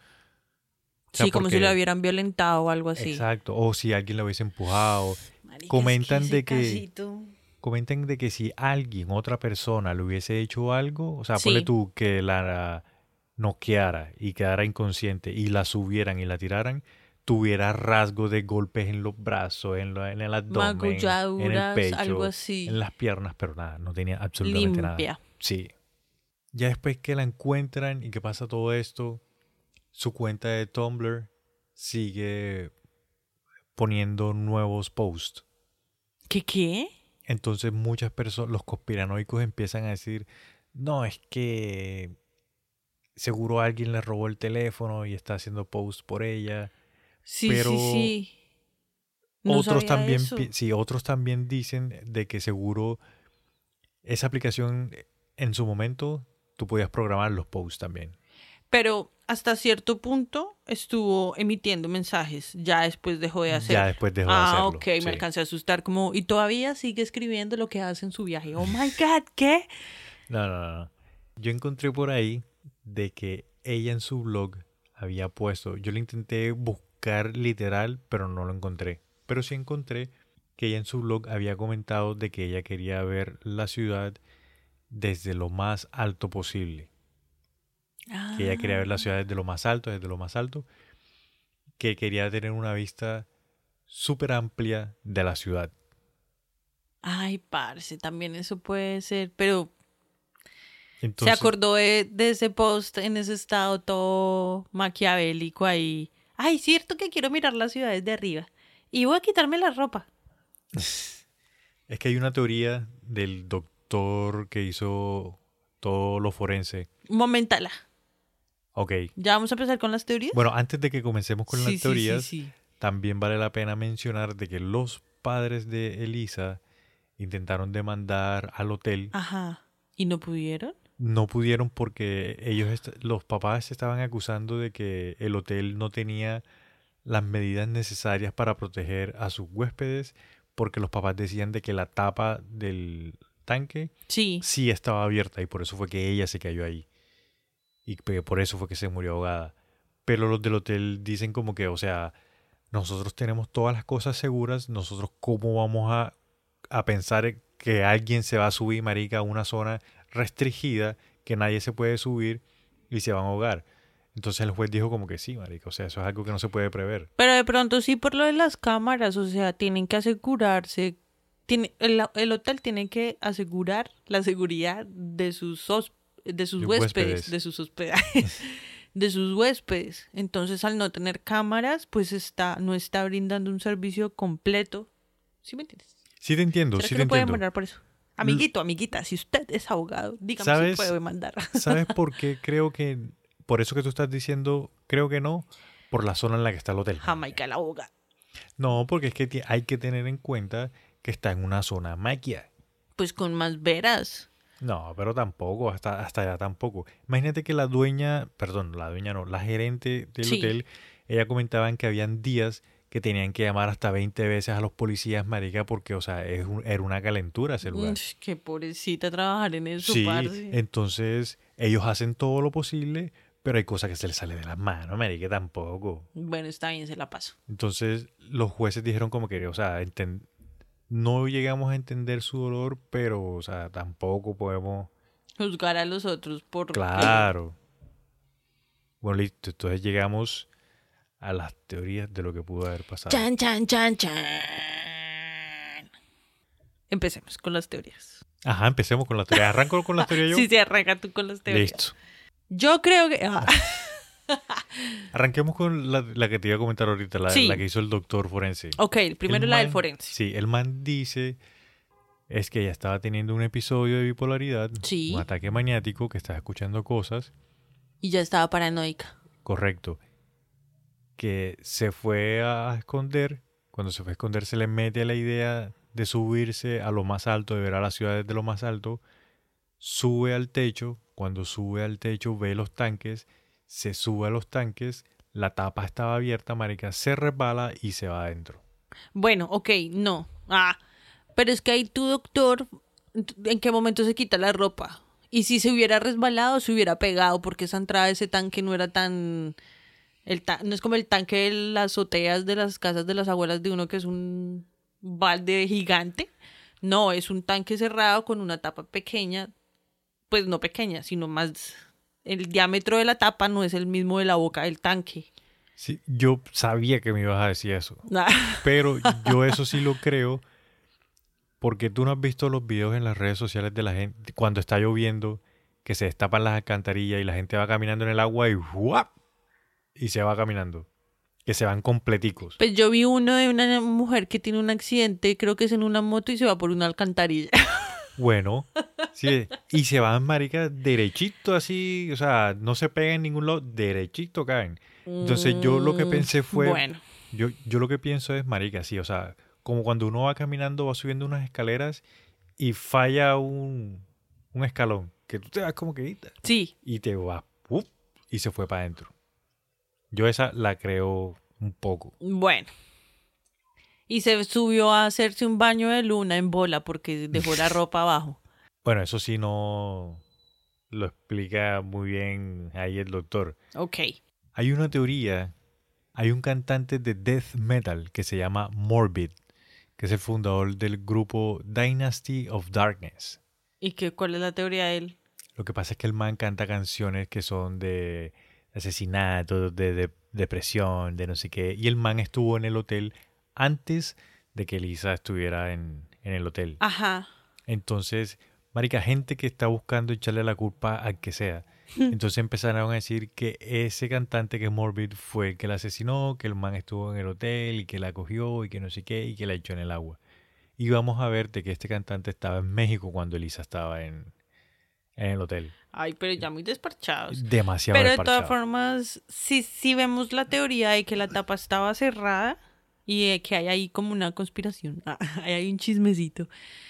O sea, Sí, como si porque- lo hubieran violentado o algo así. Exacto, o si alguien lo hubiese empujado. Marica, Comentan es que de ese que- casito- Comentan de que si alguien, otra persona, le hubiese hecho algo, o sea, Sí. ponle tú que la noqueara y quedara inconsciente y la subieran y la tiraran, tuviera rasgos de golpes en los brazos, en, lo- en el abdomen, en el Magulladuras, pecho, algo así. en las piernas, pero nada, no tenía absolutamente nada. Limpia. Sí. Ya después que la encuentran y que pasa todo esto, su cuenta de Tumblr sigue poniendo nuevos posts. ¿Qué qué? Entonces muchas personas, los conspiranoicos empiezan a decir, no, es que seguro alguien le robó el teléfono y está haciendo posts por ella. Sí, Pero sí, sí. No otros sabía también, eso. pi- sí, otros también dicen de que seguro esa aplicación en su momento tú podías programar los posts también. Pero hasta cierto punto estuvo emitiendo mensajes. Ya después dejó de hacerlo. Ya después dejó de ah, hacerlo. Ah, ok. Me sí. alcancé a asustar como... Y todavía sigue escribiendo lo que hace en su viaje. Oh, my God, ¿qué? No, no, no. Yo encontré por ahí de que ella en su blog había puesto... Yo lo intenté buscar literal, pero no lo encontré. Pero sí encontré que ella en su blog había comentado de que ella quería ver la ciudad desde lo más alto posible. Ah. Que ella quería ver la ciudad desde lo más alto, desde lo más alto. Que quería tener una vista súper amplia de la ciudad. Ay, parce, también eso puede ser. Pero Entonces, se acordó de, de ese post en ese estado todo maquiavélico ahí. Ay, cierto que quiero mirar la ciudad desde arriba. Y voy a quitarme la ropa. es que hay una teoría del doctor que hizo todo lo forense. Momentala. Ok. ¿Ya vamos a empezar con las teorías? Bueno, antes de que comencemos con sí, las sí, teorías, sí, sí. también vale la pena mencionar de que los padres de Elisa intentaron demandar al hotel. Ajá. ¿Y no pudieron? No pudieron porque ellos, est- los papás se estaban acusando de que el hotel no tenía las medidas necesarias para proteger a sus huéspedes, porque los papás decían de que la tapa del tanque Sí. sí estaba abierta y por eso fue que ella se cayó ahí. Y que por eso fue que se murió ahogada. Pero los del hotel dicen como que, o sea, nosotros tenemos todas las cosas seguras, nosotros cómo vamos a, a pensar que alguien se va a subir, marica, a una zona restringida, que nadie se puede subir y se van a ahogar. Entonces el juez dijo como que sí, marica, o sea, eso es algo que no se puede prever. Pero de pronto sí por lo de las cámaras, o sea, tienen que asegurarse, tiene, el, el hotel tiene que asegurar la seguridad de sus hos- de sus De huéspedes, huéspedes. de sus hospedajes, de sus huéspedes. Entonces, al no tener cámaras, pues está, no está brindando un servicio completo. ¿Sí me entiendes? Sí te entiendo, ¿Será sí que te no puede entiendo. demandar por eso? Amiguito, amiguita, si usted es abogado, dígame ¿Sabes? si puede demandar. ¿Sabes por qué creo que, por eso que tú estás diciendo, creo que no? Por la zona en la que está el hotel. Jamaica la abogada. No, porque es que ti- hay que tener en cuenta que está en una zona maquia. Pues con más veras. No, pero tampoco, hasta, hasta allá tampoco. Imagínate que la dueña, perdón, la dueña no, la gerente del Sí. hotel, ella comentaban que habían días que tenían que llamar hasta veinte veces a los policías, marica, porque, o sea, es un- era una calentura ese lugar. Uy, qué pobrecita trabajar en eso, Sí, parce. entonces ellos hacen todo lo posible, pero hay cosas que se les sale de las manos, marica, tampoco. Bueno, está bien, se la paso. Entonces los jueces dijeron como que, o sea, enten- no llegamos a entender su dolor, pero, o sea, tampoco podemos... Juzgar a los otros por... Claro. Bueno, listo. Entonces llegamos a las teorías de lo que pudo haber pasado. Chan, chan, chan, chan. Empecemos con las teorías. Ajá, empecemos con la teoría. ¿Arranco con la teoría yo? Sí, sí, arranca tú con las teorías. Listo. Yo creo que... ah, Arranquemos con la, la que te iba a comentar ahorita, la, Sí. la que hizo el doctor forense. ok, primero El la del man- forense. Sí, el man dice es que ella estaba teniendo un episodio de bipolaridad, Sí. un ataque maniático, que estaba escuchando cosas, Y ya estaba paranoica. correcto, que se fue a esconder, cuando se fue a esconder se le mete la idea de subirse a lo más alto, de ver a la ciudad desde lo más alto, sube al techo, cuando sube al techo ve los tanques, se sube a los tanques, la tapa estaba abierta, marica, se resbala y se va adentro. Bueno, ok, no. Ah, pero es que ahí tu doctor, ¿en qué momento se quita la ropa? Y si se hubiera resbalado, se hubiera pegado, porque esa entrada de ese tanque no era tan... El ta- no es como el tanque de las azoteas de las casas de las abuelas de uno, que es un balde gigante. No, es un tanque cerrado con una tapa pequeña. Pues no pequeña, sino más... El diámetro de la tapa no es el mismo de la boca del tanque. Sí, yo sabía que me ibas a decir eso. Ah, Pero yo eso sí lo creo porque tú no has visto los videos en las redes sociales de la gente cuando está lloviendo, que se destapan las alcantarillas y la gente va caminando en el agua y ¡guap! Y se va caminando. Que se van completicos. Pues yo vi uno de una mujer que tiene un accidente, creo que es en una moto y se va por una alcantarilla. Bueno, sí, y se van, marica, derechito así, o sea, no se pegan en ningún lado, derechito caen. Entonces yo lo que pensé fue, Bueno, yo, yo lo que pienso es, marica, sí, o sea, como cuando uno va caminando, va subiendo unas escaleras y falla un, un escalón, que tú te vas como que sí. y te vas, ¡up! y se fue para adentro. Yo esa la creo un poco. Bueno. Y se subió a hacerse un baño de luna en bola porque dejó la ropa abajo. Bueno, eso sí no lo explica muy bien ahí el doctor. Ok. Hay una teoría, hay un cantante de death metal que se llama Morbid, que es el fundador del grupo Dynasty of Darkness. ¿Y qué, cuál es la teoría de él? Lo que pasa es que el man canta canciones que son de asesinato, de, de depresión, de no sé qué. Y el man estuvo en el hotel antes de que Elisa estuviera en, en el hotel. Ajá. Entonces, marica, gente que está buscando echarle la culpa al que sea. Entonces empezaron a decir que ese cantante que es Morbid fue el que la asesinó, que el man estuvo en el hotel y que la cogió y que no sé qué y que la echó en el agua. Y vamos a ver de que este cantante estaba en México cuando Elisa estaba en, en el hotel. Ay, pero ya muy desparchados. Demasiado Pero de desparchado. todas formas, si, si vemos la teoría de que la tapa estaba cerrada y de que hay ahí como una conspiración, ah, hay un chismecito.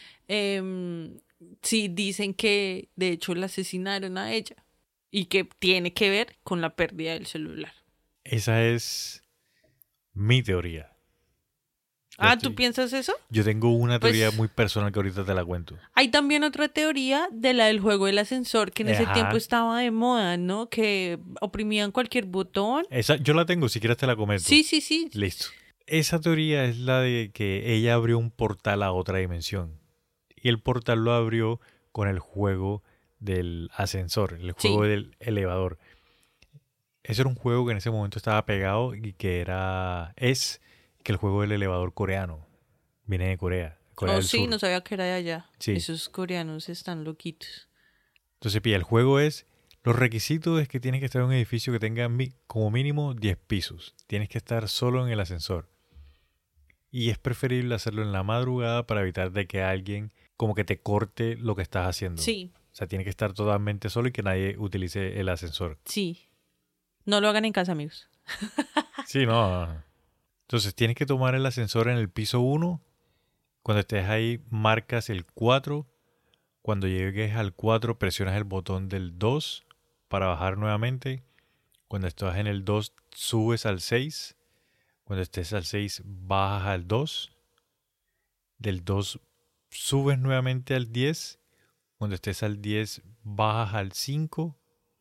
Eh, sí, dicen que de hecho la asesinaron a ella y que tiene que ver con la pérdida del celular. Esa es mi teoría. Yo Ah, estoy- ¿tú piensas eso? Yo tengo una Pues- teoría muy personal que ahorita te la cuento. Hay también otra teoría de la del juego del ascensor, que en ese Ajá. tiempo estaba de moda, ¿no? Que oprimían cualquier botón. Esa, yo la tengo, si quieres te la comento. Sí, sí, sí. Listo. Esa teoría es la de que ella abrió un portal a otra dimensión. Y el portal lo abrió con el juego del ascensor, el juego Sí. del elevador. Ese era un juego que en ese momento estaba pegado y que era... Es que el juego del elevador coreano. Viene de Corea. Corea Oh, del sí, Sur. no sabía que era de allá. Sí. Esos coreanos están loquitos. Entonces, pilla, el juego es... Los requisitos es que tienes que estar en un edificio que tenga mi- como mínimo diez pisos. Tienes que estar solo en el ascensor. Y es preferible hacerlo en la madrugada para evitar de que alguien como que te corte lo que estás haciendo. Sí, O sea, tiene que estar totalmente solo y que nadie utilice el ascensor. sí. No lo hagan en casa, amigos. Sí, no. no. Entonces, tienes que tomar el ascensor en el piso uno. Cuando estés ahí, marcas el cuatro. Cuando llegues al cuatro, presionas el botón del dos para bajar nuevamente. Cuando estás en el dos, subes al seis. Cuando estés al seis, bajas al dos. Del dos, subes nuevamente al diez. Cuando estés al diez, bajas al cinco.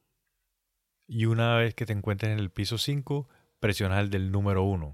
Y una vez que te encuentres en el piso cinco, presionas el del número uno.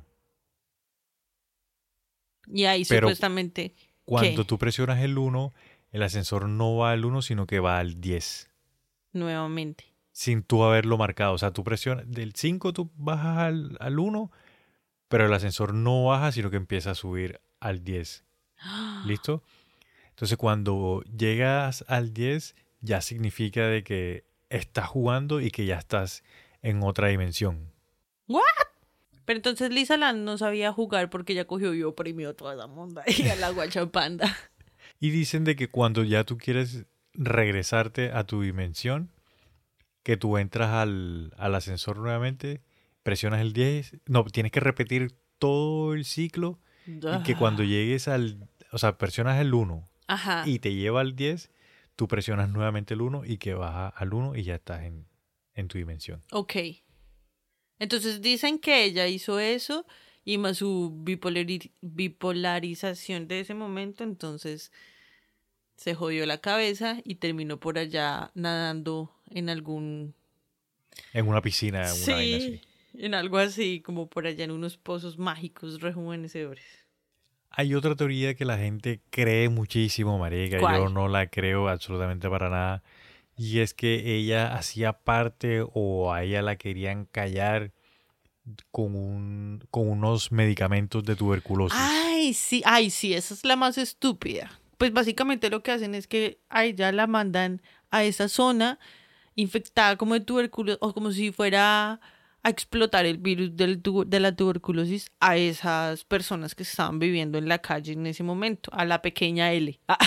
Y ahí Pero supuestamente... Cuando ¿qué? tú presionas el uno, el ascensor no va al uno, sino que va al diez. Nuevamente. Sin tú haberlo marcado. O sea, tú presionas del cinco, tú bajas al, al uno, pero el ascensor no baja, sino que empieza a subir al diez. ¿Listo? Entonces, cuando llegas al diez, ya significa de que estás jugando y que ya estás en otra dimensión. Pero entonces Lisa Land no sabía jugar porque ella cogió y oprimió toda la monda y a la guachapanda. Y dicen de que cuando ya tú quieres regresarte a tu dimensión, que tú entras al, al ascensor nuevamente, presionas el diez, no, tienes que repetir todo el ciclo y que cuando llegues al, o sea, presionas el uno Ajá. y te lleva al diez, tú presionas nuevamente el uno y que baja al uno y ya estás en, en tu dimensión. Ok. Entonces dicen que ella hizo eso y más su bipolari- bipolarización de ese momento, entonces se jodió la cabeza y terminó por allá nadando en algún... En una piscina, en una vaina así. en algo así, como por allá en unos pozos mágicos rejuvenecedores. Hay otra teoría que la gente cree muchísimo, marica. ¿Cuál? Yo no la creo absolutamente para nada. Y es que ella hacía parte o a ella la querían callar con, un, con unos medicamentos de tuberculosis. Ay, sí, ay, sí, esa es la más estúpida. Pues básicamente lo que hacen es que a ella la mandan a esa zona infectada como de tuberculosis, o como si fuera a explotar el virus del tu- de la tuberculosis a esas personas que estaban viviendo en la calle en ese momento, a la pequeña L. Ah.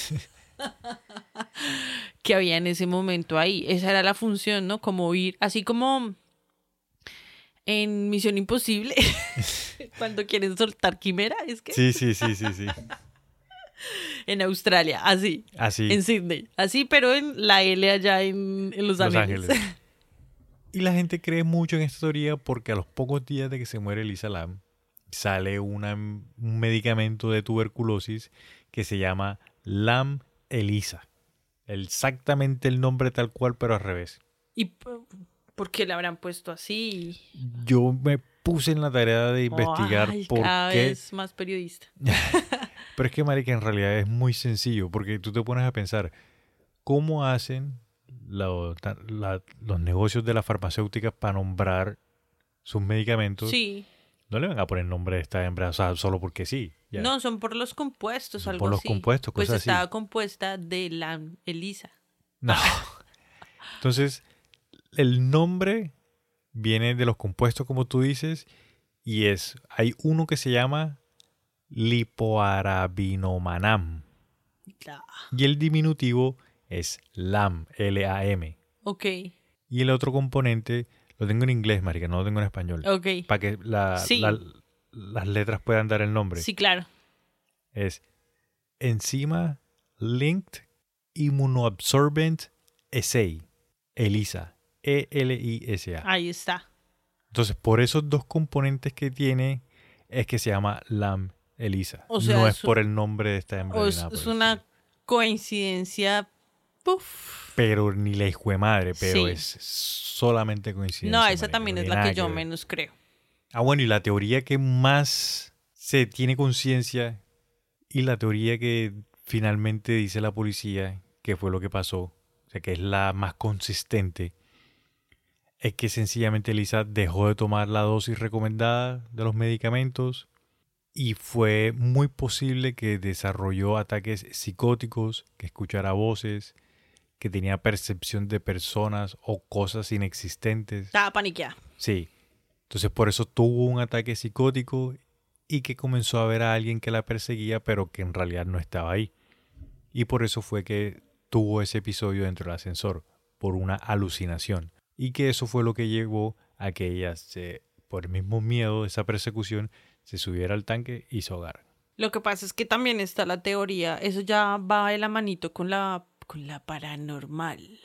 que había en ese momento ahí. Esa era la función, ¿no? Como ir, así como en Misión Imposible, cuando quieren soltar quimera, es que Sí, sí, sí, sí, sí. en Australia, así, Así. en Sydney, así, pero en la L allá en, en Los, Los Ángeles. Ángeles. Y la gente cree mucho en esta teoría porque a los pocos días de que se muere Elisa Lam, sale una, un medicamento de tuberculosis que se llama Lam Elisa. Exactamente el nombre tal cual, pero al revés. ¿Y por qué le habrán puesto así? Yo me puse en la tarea de investigar Ay, por cada qué. vez más periodista. Pero es que, marica, en realidad es muy sencillo, porque tú te pones a pensar, ¿cómo hacen lo, la, los negocios de las farmacéuticas para nombrar sus medicamentos? Sí. No le van a poner nombre de esta hembra, o sea, solo porque sí. Ya. No, son por los compuestos, Son algo por los así. compuestos, pues cosas así. estaba compuesta de la Elisa. No. Entonces, el nombre viene de los compuestos, como tú dices, y es, hay uno que se llama lipoarabinomanam. La... Y el diminutivo es LAM, L A M. Ok. Y el otro componente, lo tengo en inglés, marica, no lo tengo en español. Ok. Para que la, Sí. la, las letras puedan dar el nombre. Sí, claro. Es Enzima Linked Immunoabsorbent Assay, ELISA, E L I S A. Ahí está. Entonces, por esos dos componentes que tiene, es que se llama LAM ELISA. O sea, no es es por el nombre de esta hembra. O ni es, nada por es el una estilo. coincidencia. Puf. Pero ni la hijo de madre, pero Sí. es solamente coincidencia. No, esa marica, también no es tiene la nada que yo ver. menos creo. Ah, bueno, y la teoría que más se tiene conciencia y la teoría que finalmente dice la policía que fue lo que pasó, o sea, que es la más consistente, es que sencillamente Elisa dejó de tomar la dosis recomendada de los medicamentos y fue muy posible que desarrolló ataques psicóticos, que escuchara voces, que tenía percepción de personas o cosas inexistentes. Estaba paniqueada. Sí. Entonces por eso tuvo un ataque psicótico y que comenzó a ver a alguien que la perseguía, pero que en realidad no estaba ahí. Y por eso fue que tuvo ese episodio dentro del ascensor, por una alucinación. Y que eso fue lo que llevó a que ella, se, por el mismo miedo de esa persecución, se subiera al tanque y se ahogara. Lo que pasa es que también está la teoría, eso ya va de la manito con la, con la paranormal.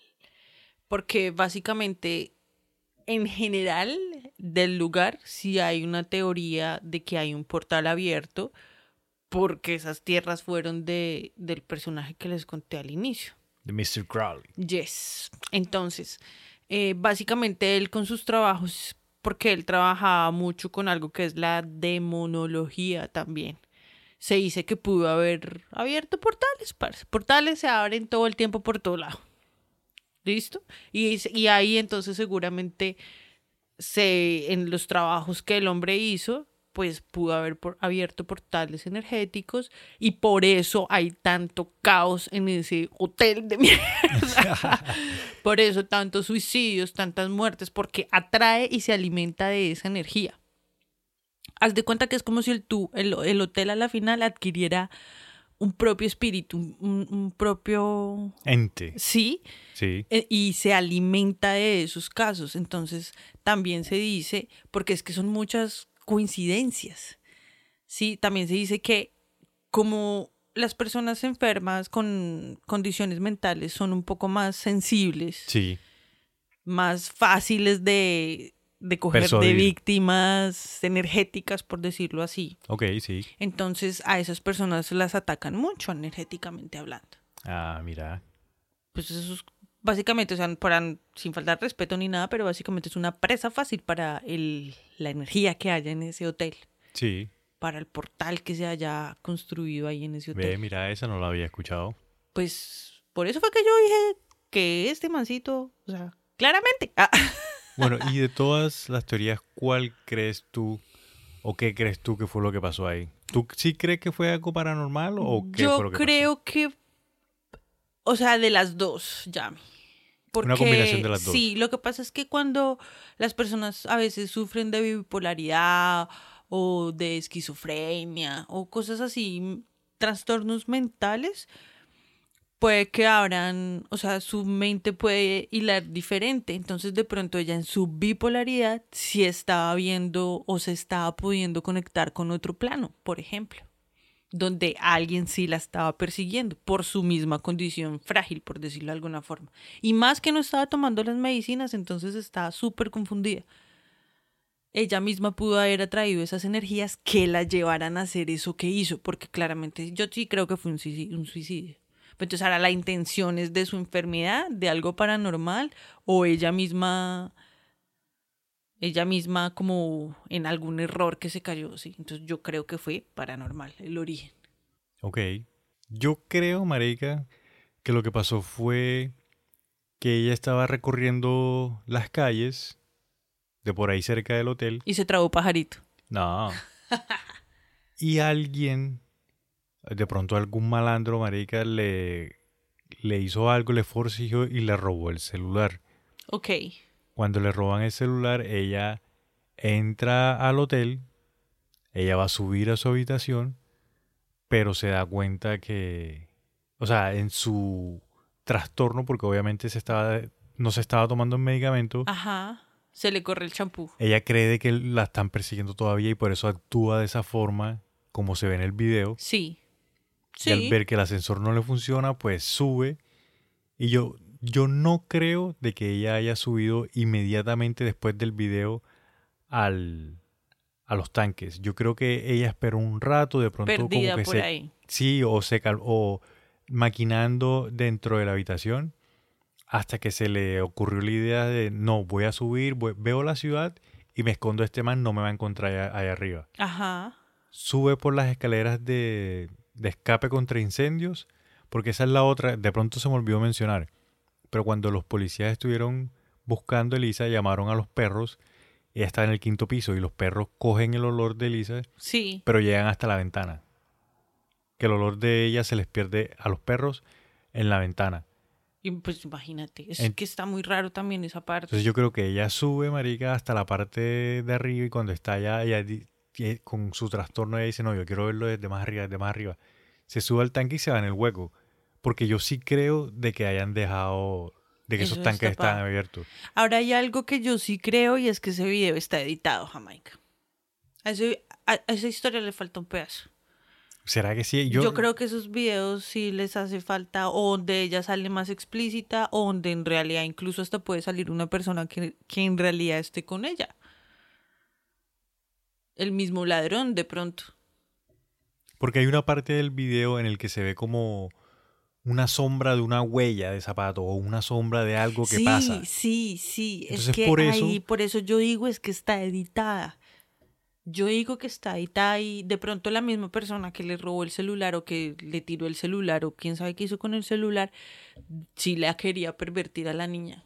Porque básicamente, en general, del lugar, sí hay una teoría de que hay un portal abierto, porque esas tierras fueron de, del personaje que les conté al inicio. De mister Crowley. Yes. Entonces, eh, básicamente él con sus trabajos, porque él trabajaba mucho con algo que es la demonología también. Se dice que pudo haber abierto portales, parce. Portales se abren todo el tiempo por todo lado. ¿Listo? Y, y ahí entonces seguramente se, en los trabajos que el hombre hizo, pues pudo haber por, abierto portales energéticos y por eso hay tanto caos en ese hotel de mierda. Por eso tantos suicidios, tantas muertes, porque atrae y se alimenta de esa energía. Haz de cuenta que es como si el, tú, el, el hotel a la final adquiriera un propio espíritu, un, un propio... Ente. Sí, Sí. y se alimenta de esos casos. Entonces también se dice, porque es que son muchas coincidencias, sí, también se dice que como las personas enfermas con condiciones mentales son un poco más sensibles, Sí. más fáciles de, de coger Persuadir. de víctimas energéticas, por decirlo así. Ok, sí. Entonces a esas personas las atacan mucho energéticamente hablando. Ah, mira. Pues eso es básicamente, o sea, para, sin faltar respeto ni nada, pero básicamente es una presa fácil para el, la energía que haya en ese hotel. Sí. Para el portal que se haya construido ahí en ese hotel. Ve, mira, esa no la había escuchado. Pues por eso fue que yo dije que este mancito, o sea, claramente. Ah. Bueno, y de todas las teorías, ¿cuál crees tú o qué crees tú que fue lo que pasó ahí? ¿Tú sí crees que fue algo paranormal o qué yo fue lo que creo pasó? que, o sea, de las dos, Yami. Porque, Una combinación de las dos. Sí, lo que pasa es que cuando las personas a veces sufren de bipolaridad o de esquizofrenia o cosas así, trastornos mentales, puede que abran, o sea, su mente puede hilar diferente. Entonces, de pronto ella en su bipolaridad sí estaba viendo o se estaba pudiendo conectar con otro plano, por ejemplo. donde alguien sí la estaba persiguiendo por su misma condición frágil, por decirlo de alguna forma. Y más que no estaba tomando las medicinas, entonces estaba súper confundida. Ella misma pudo haber atraído esas energías que la llevaran a hacer eso que hizo, porque claramente yo sí creo que fue un suicidio. Un suicidio. Entonces ahora la intención es de su enfermedad, de algo paranormal, o ella misma, ella misma como en algún error que se cayó, ¿sí? Entonces yo creo que fue paranormal el origen. Ok. Yo creo, marica, que lo que pasó fue que ella estaba recorriendo las calles de por ahí cerca del hotel. Y se trabó pajarito. No. Y alguien, de pronto algún malandro, marica, le, le hizo algo, le forcejeó y le robó el celular. Ok. Cuando le roban el celular, ella entra al hotel, ella va a subir a su habitación, pero se da cuenta que, o sea, en su trastorno, porque obviamente se estaba, no se estaba tomando un medicamento, Ajá. Se le corre el champú. ella cree de que la están persiguiendo todavía y por eso actúa de esa forma, como se ve en el video. Sí. Y al Sí. ver que el ascensor no le funciona, pues sube. Y yo, yo no creo de que ella haya subido inmediatamente después del video al, a los tanques. Yo creo que ella esperó un rato, de pronto Perdida como que por se... ahí. Sí, o se cal- o maquinando dentro de la habitación hasta que se le ocurrió la idea de no, voy a subir, voy- veo la ciudad y me escondo a este man, no me va a encontrar allá, allá arriba. Ajá. Sube por las escaleras de, de escape contra incendios, porque esa es la otra, de pronto se me olvidó mencionar, pero cuando los policías estuvieron buscando a Elisa, llamaron a los perros, ella está en el quinto piso y los perros cogen el olor de Elisa, Sí. pero llegan hasta la ventana. Que el olor de ella se les pierde a los perros en la ventana. Y pues imagínate, es En- que está muy raro también esa parte. Entonces yo creo que ella sube, marica, hasta la parte de arriba y cuando está allá, ella di- y con su trastorno ella dice, no, yo quiero verlo desde más arriba, desde más arriba. Se sube al tanque y se va en el hueco. Porque yo sí creo de que hayan dejado, de que Eso esos tanques destapado. están abiertos. Ahora hay algo que yo sí creo y es que ese video está editado, Jamaica. A, ese- a- a esa historia le falta un pedazo. ¿Será que sí? Yo, Yo, creo que esos videos sí les hace falta o donde ella sale más explícita o donde en realidad incluso hasta puede salir una persona que, que en realidad esté con ella. El mismo ladrón de pronto. Porque hay una parte del video en el que se ve como una sombra de una huella de zapato o una sombra de algo que sí, pasa. sí, sí. Entonces, es que por eso- ahí, por eso yo digo es que está editada. Yo digo que está editada y de pronto la misma persona que le robó el celular o que le tiró el celular o quién sabe qué hizo con el celular, sí la quería pervertir a la niña.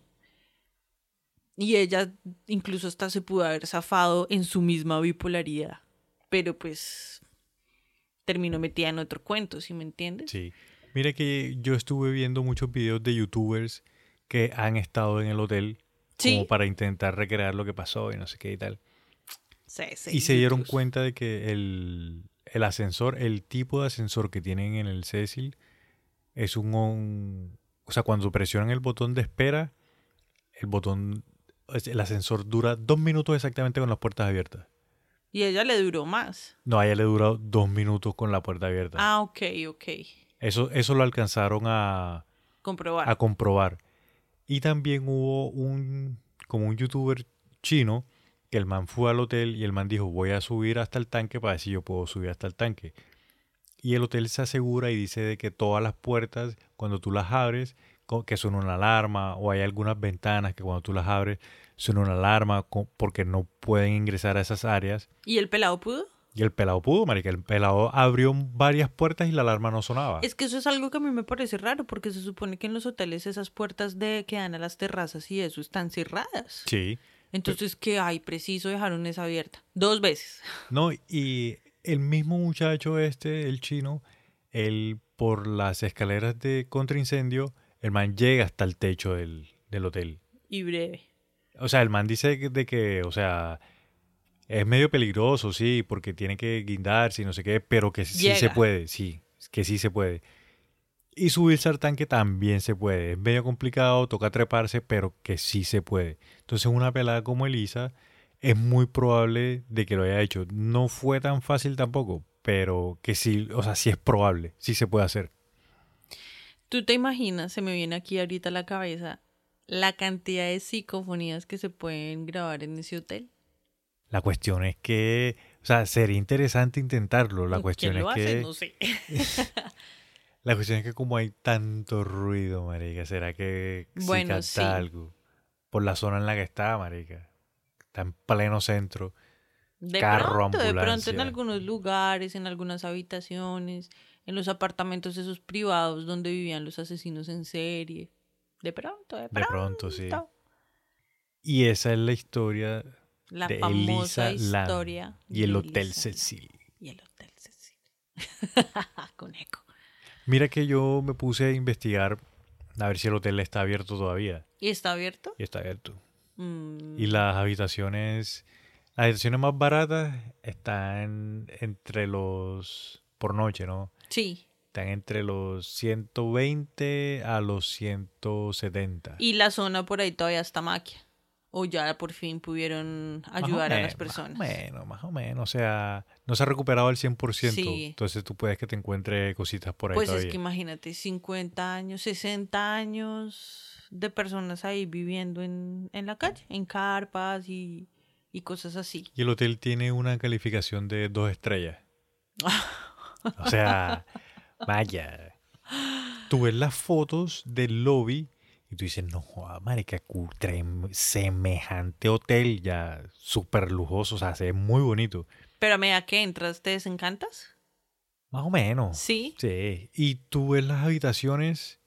Y ella incluso hasta se pudo haber zafado en su misma bipolaridad. Pero pues terminó metida en otro cuento, ¿sí me entiendes? Sí. Mira que yo estuve viendo muchos videos de youtubers que han estado en el hotel Sí. como para intentar recrear lo que pasó y no sé qué y tal. Sí, sí, Y se dieron YouTube. cuenta de que el, el ascensor, el tipo de ascensor que tienen en el Cecil es un, un- o sea, cuando presionan el botón de espera, el botón, el ascensor dura dos minutos exactamente con las puertas abiertas. Y a ella le duró más. No, a ella le duró dos minutos con la puerta abierta. Ah, ok, ok. Eso, eso lo alcanzaron a, Comprobar. a comprobar. Y también hubo un, como un youtuber chino, que el man fue al hotel y el man dijo, voy a subir hasta el tanque para ver si yo puedo subir hasta el tanque. Y el hotel se asegura y dice de que todas las puertas, cuando tú las abres, co- que suena una alarma, o hay algunas ventanas que cuando tú las abres suena una alarma co- porque no pueden ingresar a esas áreas. ¿Y el pelado pudo? Y el pelado pudo, marica. El pelado abrió varias puertas y la alarma no sonaba. Es que eso es algo que a mí me parece raro porque se supone que en los hoteles esas puertas de que dan a las terrazas y eso están cerradas. Sí. Entonces, ¿qué hay? Preciso dejaron esa abierta. Dos veces. No, y el mismo muchacho este, el chino, él por las escaleras de contraincendio, el man llega hasta el techo del, del hotel. Y breve. O sea, el man dice que- de que, o sea, es medio peligroso, sí, porque tiene que guindarse y no sé qué, pero que sí Llega. se puede, sí, que sí se puede. Y subirse al tanque también se puede. Es medio complicado, toca treparse, pero que sí se puede. Entonces una pelada como Elisa es muy probable de que lo haya hecho. No fue tan fácil tampoco, pero que sí, o sea, sí es probable, sí se puede hacer. ¿Tú te imaginas, se me viene aquí ahorita a la cabeza, la cantidad de psicofonías que se pueden grabar en ese hotel? La cuestión es que, o sea, sería interesante intentarlo. La cuestión ¿Quién es lo que, hace? No sé. la cuestión es que como hay tanto ruido, marica, ¿será que sí Bueno, capta sí. algo? Por la zona en la que está, marica. Está en pleno centro. De Carro, pronto, de pronto en ambulancia. algunos lugares, en algunas habitaciones, en los apartamentos esos privados donde vivían los asesinos en serie. De pronto, de De pronto. pronto, sí. Y esa es la historia La de famosa Elisa Lam historia y el de Hotel Elisa Cecil. y el Hotel Cecil. Con eco. Mira que yo me puse a investigar a ver si el hotel está abierto todavía. ¿Y está abierto? Y está abierto. Mm, Y las habitaciones, las habitaciones más baratas están entre los, por noche, ¿no? sí. Están entre los ciento veinte a los ciento setenta. Y la zona por ahí todavía está maquia. O ya por fin pudieron ayudar a las personas. Más o menos, más o menos. O sea, no se ha recuperado al cien por ciento. Sí. Entonces tú puedes que te encuentres cositas por ahí Pues todavía. es que imagínate, cincuenta años, sesenta años de personas ahí viviendo en, en la calle, en carpas y, y cosas así. Y el hotel tiene una calificación de dos estrellas. O sea, vaya. Tú ves las fotos del lobby y tú dices, no, joda, marica, cu- trem- semejante hotel ya súper lujoso, o sea, se ve muy bonito. Pero a medida que entras, ¿te desencantas? Más o menos. Sí. Sí. Y tú ves las habitaciones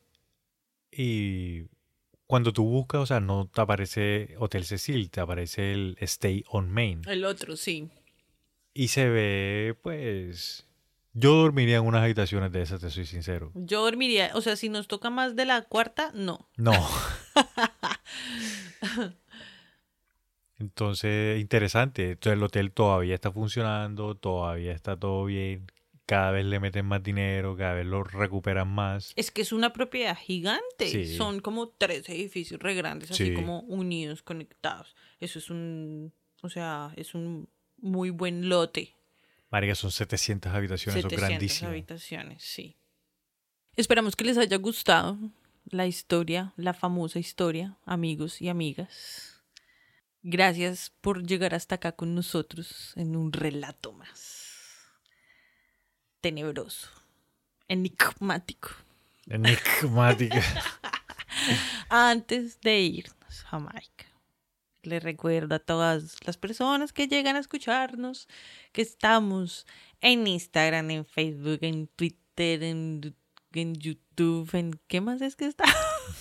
y cuando tú buscas, o sea, no te aparece Hotel Cecil, te aparece el Stay on Main. El otro, sí. Y se ve, pues... Yo dormiría en unas habitaciones de esas, te soy sincero. Yo dormiría, o sea, si nos toca más de la cuarta, no. No. Entonces, interesante. Entonces, el hotel todavía está funcionando, todavía está todo bien. Cada vez le meten más dinero, cada vez lo recuperan más. Es que es una propiedad gigante. Sí. Son como tres edificios re grandes, así Sí. como unidos, conectados. Eso es un, o sea, es un muy buen lote. Marica, son setecientas habitaciones, son setecientas grandísimas. habitaciones, sí. Esperamos que les haya gustado la historia, la famosa historia, amigos y amigas. Gracias por llegar hasta acá con nosotros en un relato más tenebroso, enigmático. Enigmática. Antes de irnos, Jamaica, les recuerdo a todas las personas que llegan a escucharnos que estamos en Instagram, en Facebook, en Twitter, en, en YouTube, en ¿qué más es que estamos?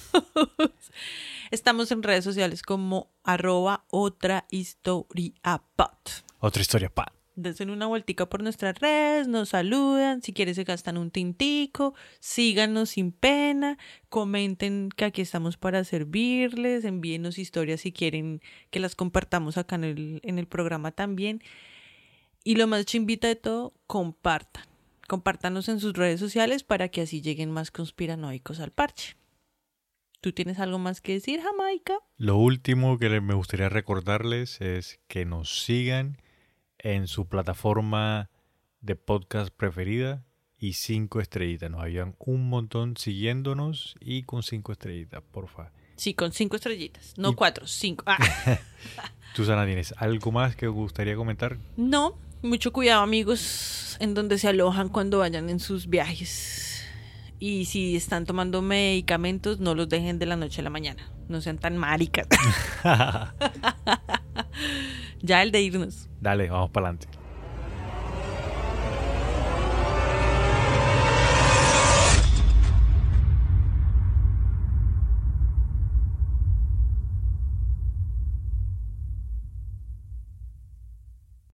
Estamos en redes sociales como arroba otra historia pod. Otra historia, pa. Dense una vueltica por nuestras redes, nos saludan, si quieren se gastan un tintico, síganos sin pena, comenten que aquí estamos para servirles, envíenos historias si quieren que las compartamos acá en el, en el programa también. Y lo más chimbita de todo, compartan. Compártanos en sus redes sociales para que así lleguen más conspiranoicos al parche. ¿Tú tienes algo más que decir, Jamaica? Lo último que me gustaría recordarles es que nos sigan en su plataforma de podcast preferida y cinco estrellitas. Nos ayudan un montón siguiéndonos y con cinco estrellitas, porfa. Sí, con cinco estrellitas. No Y- cuatro, cinco. Ah. Susana, ¿tienes algo más que gustaría comentar? No, mucho cuidado, amigos, en donde se alojan cuando vayan en sus viajes. Y si están tomando medicamentos, no los dejen de la noche a la mañana. No sean tan maricas. Ya el de irnos. Dale, vamos para adelante.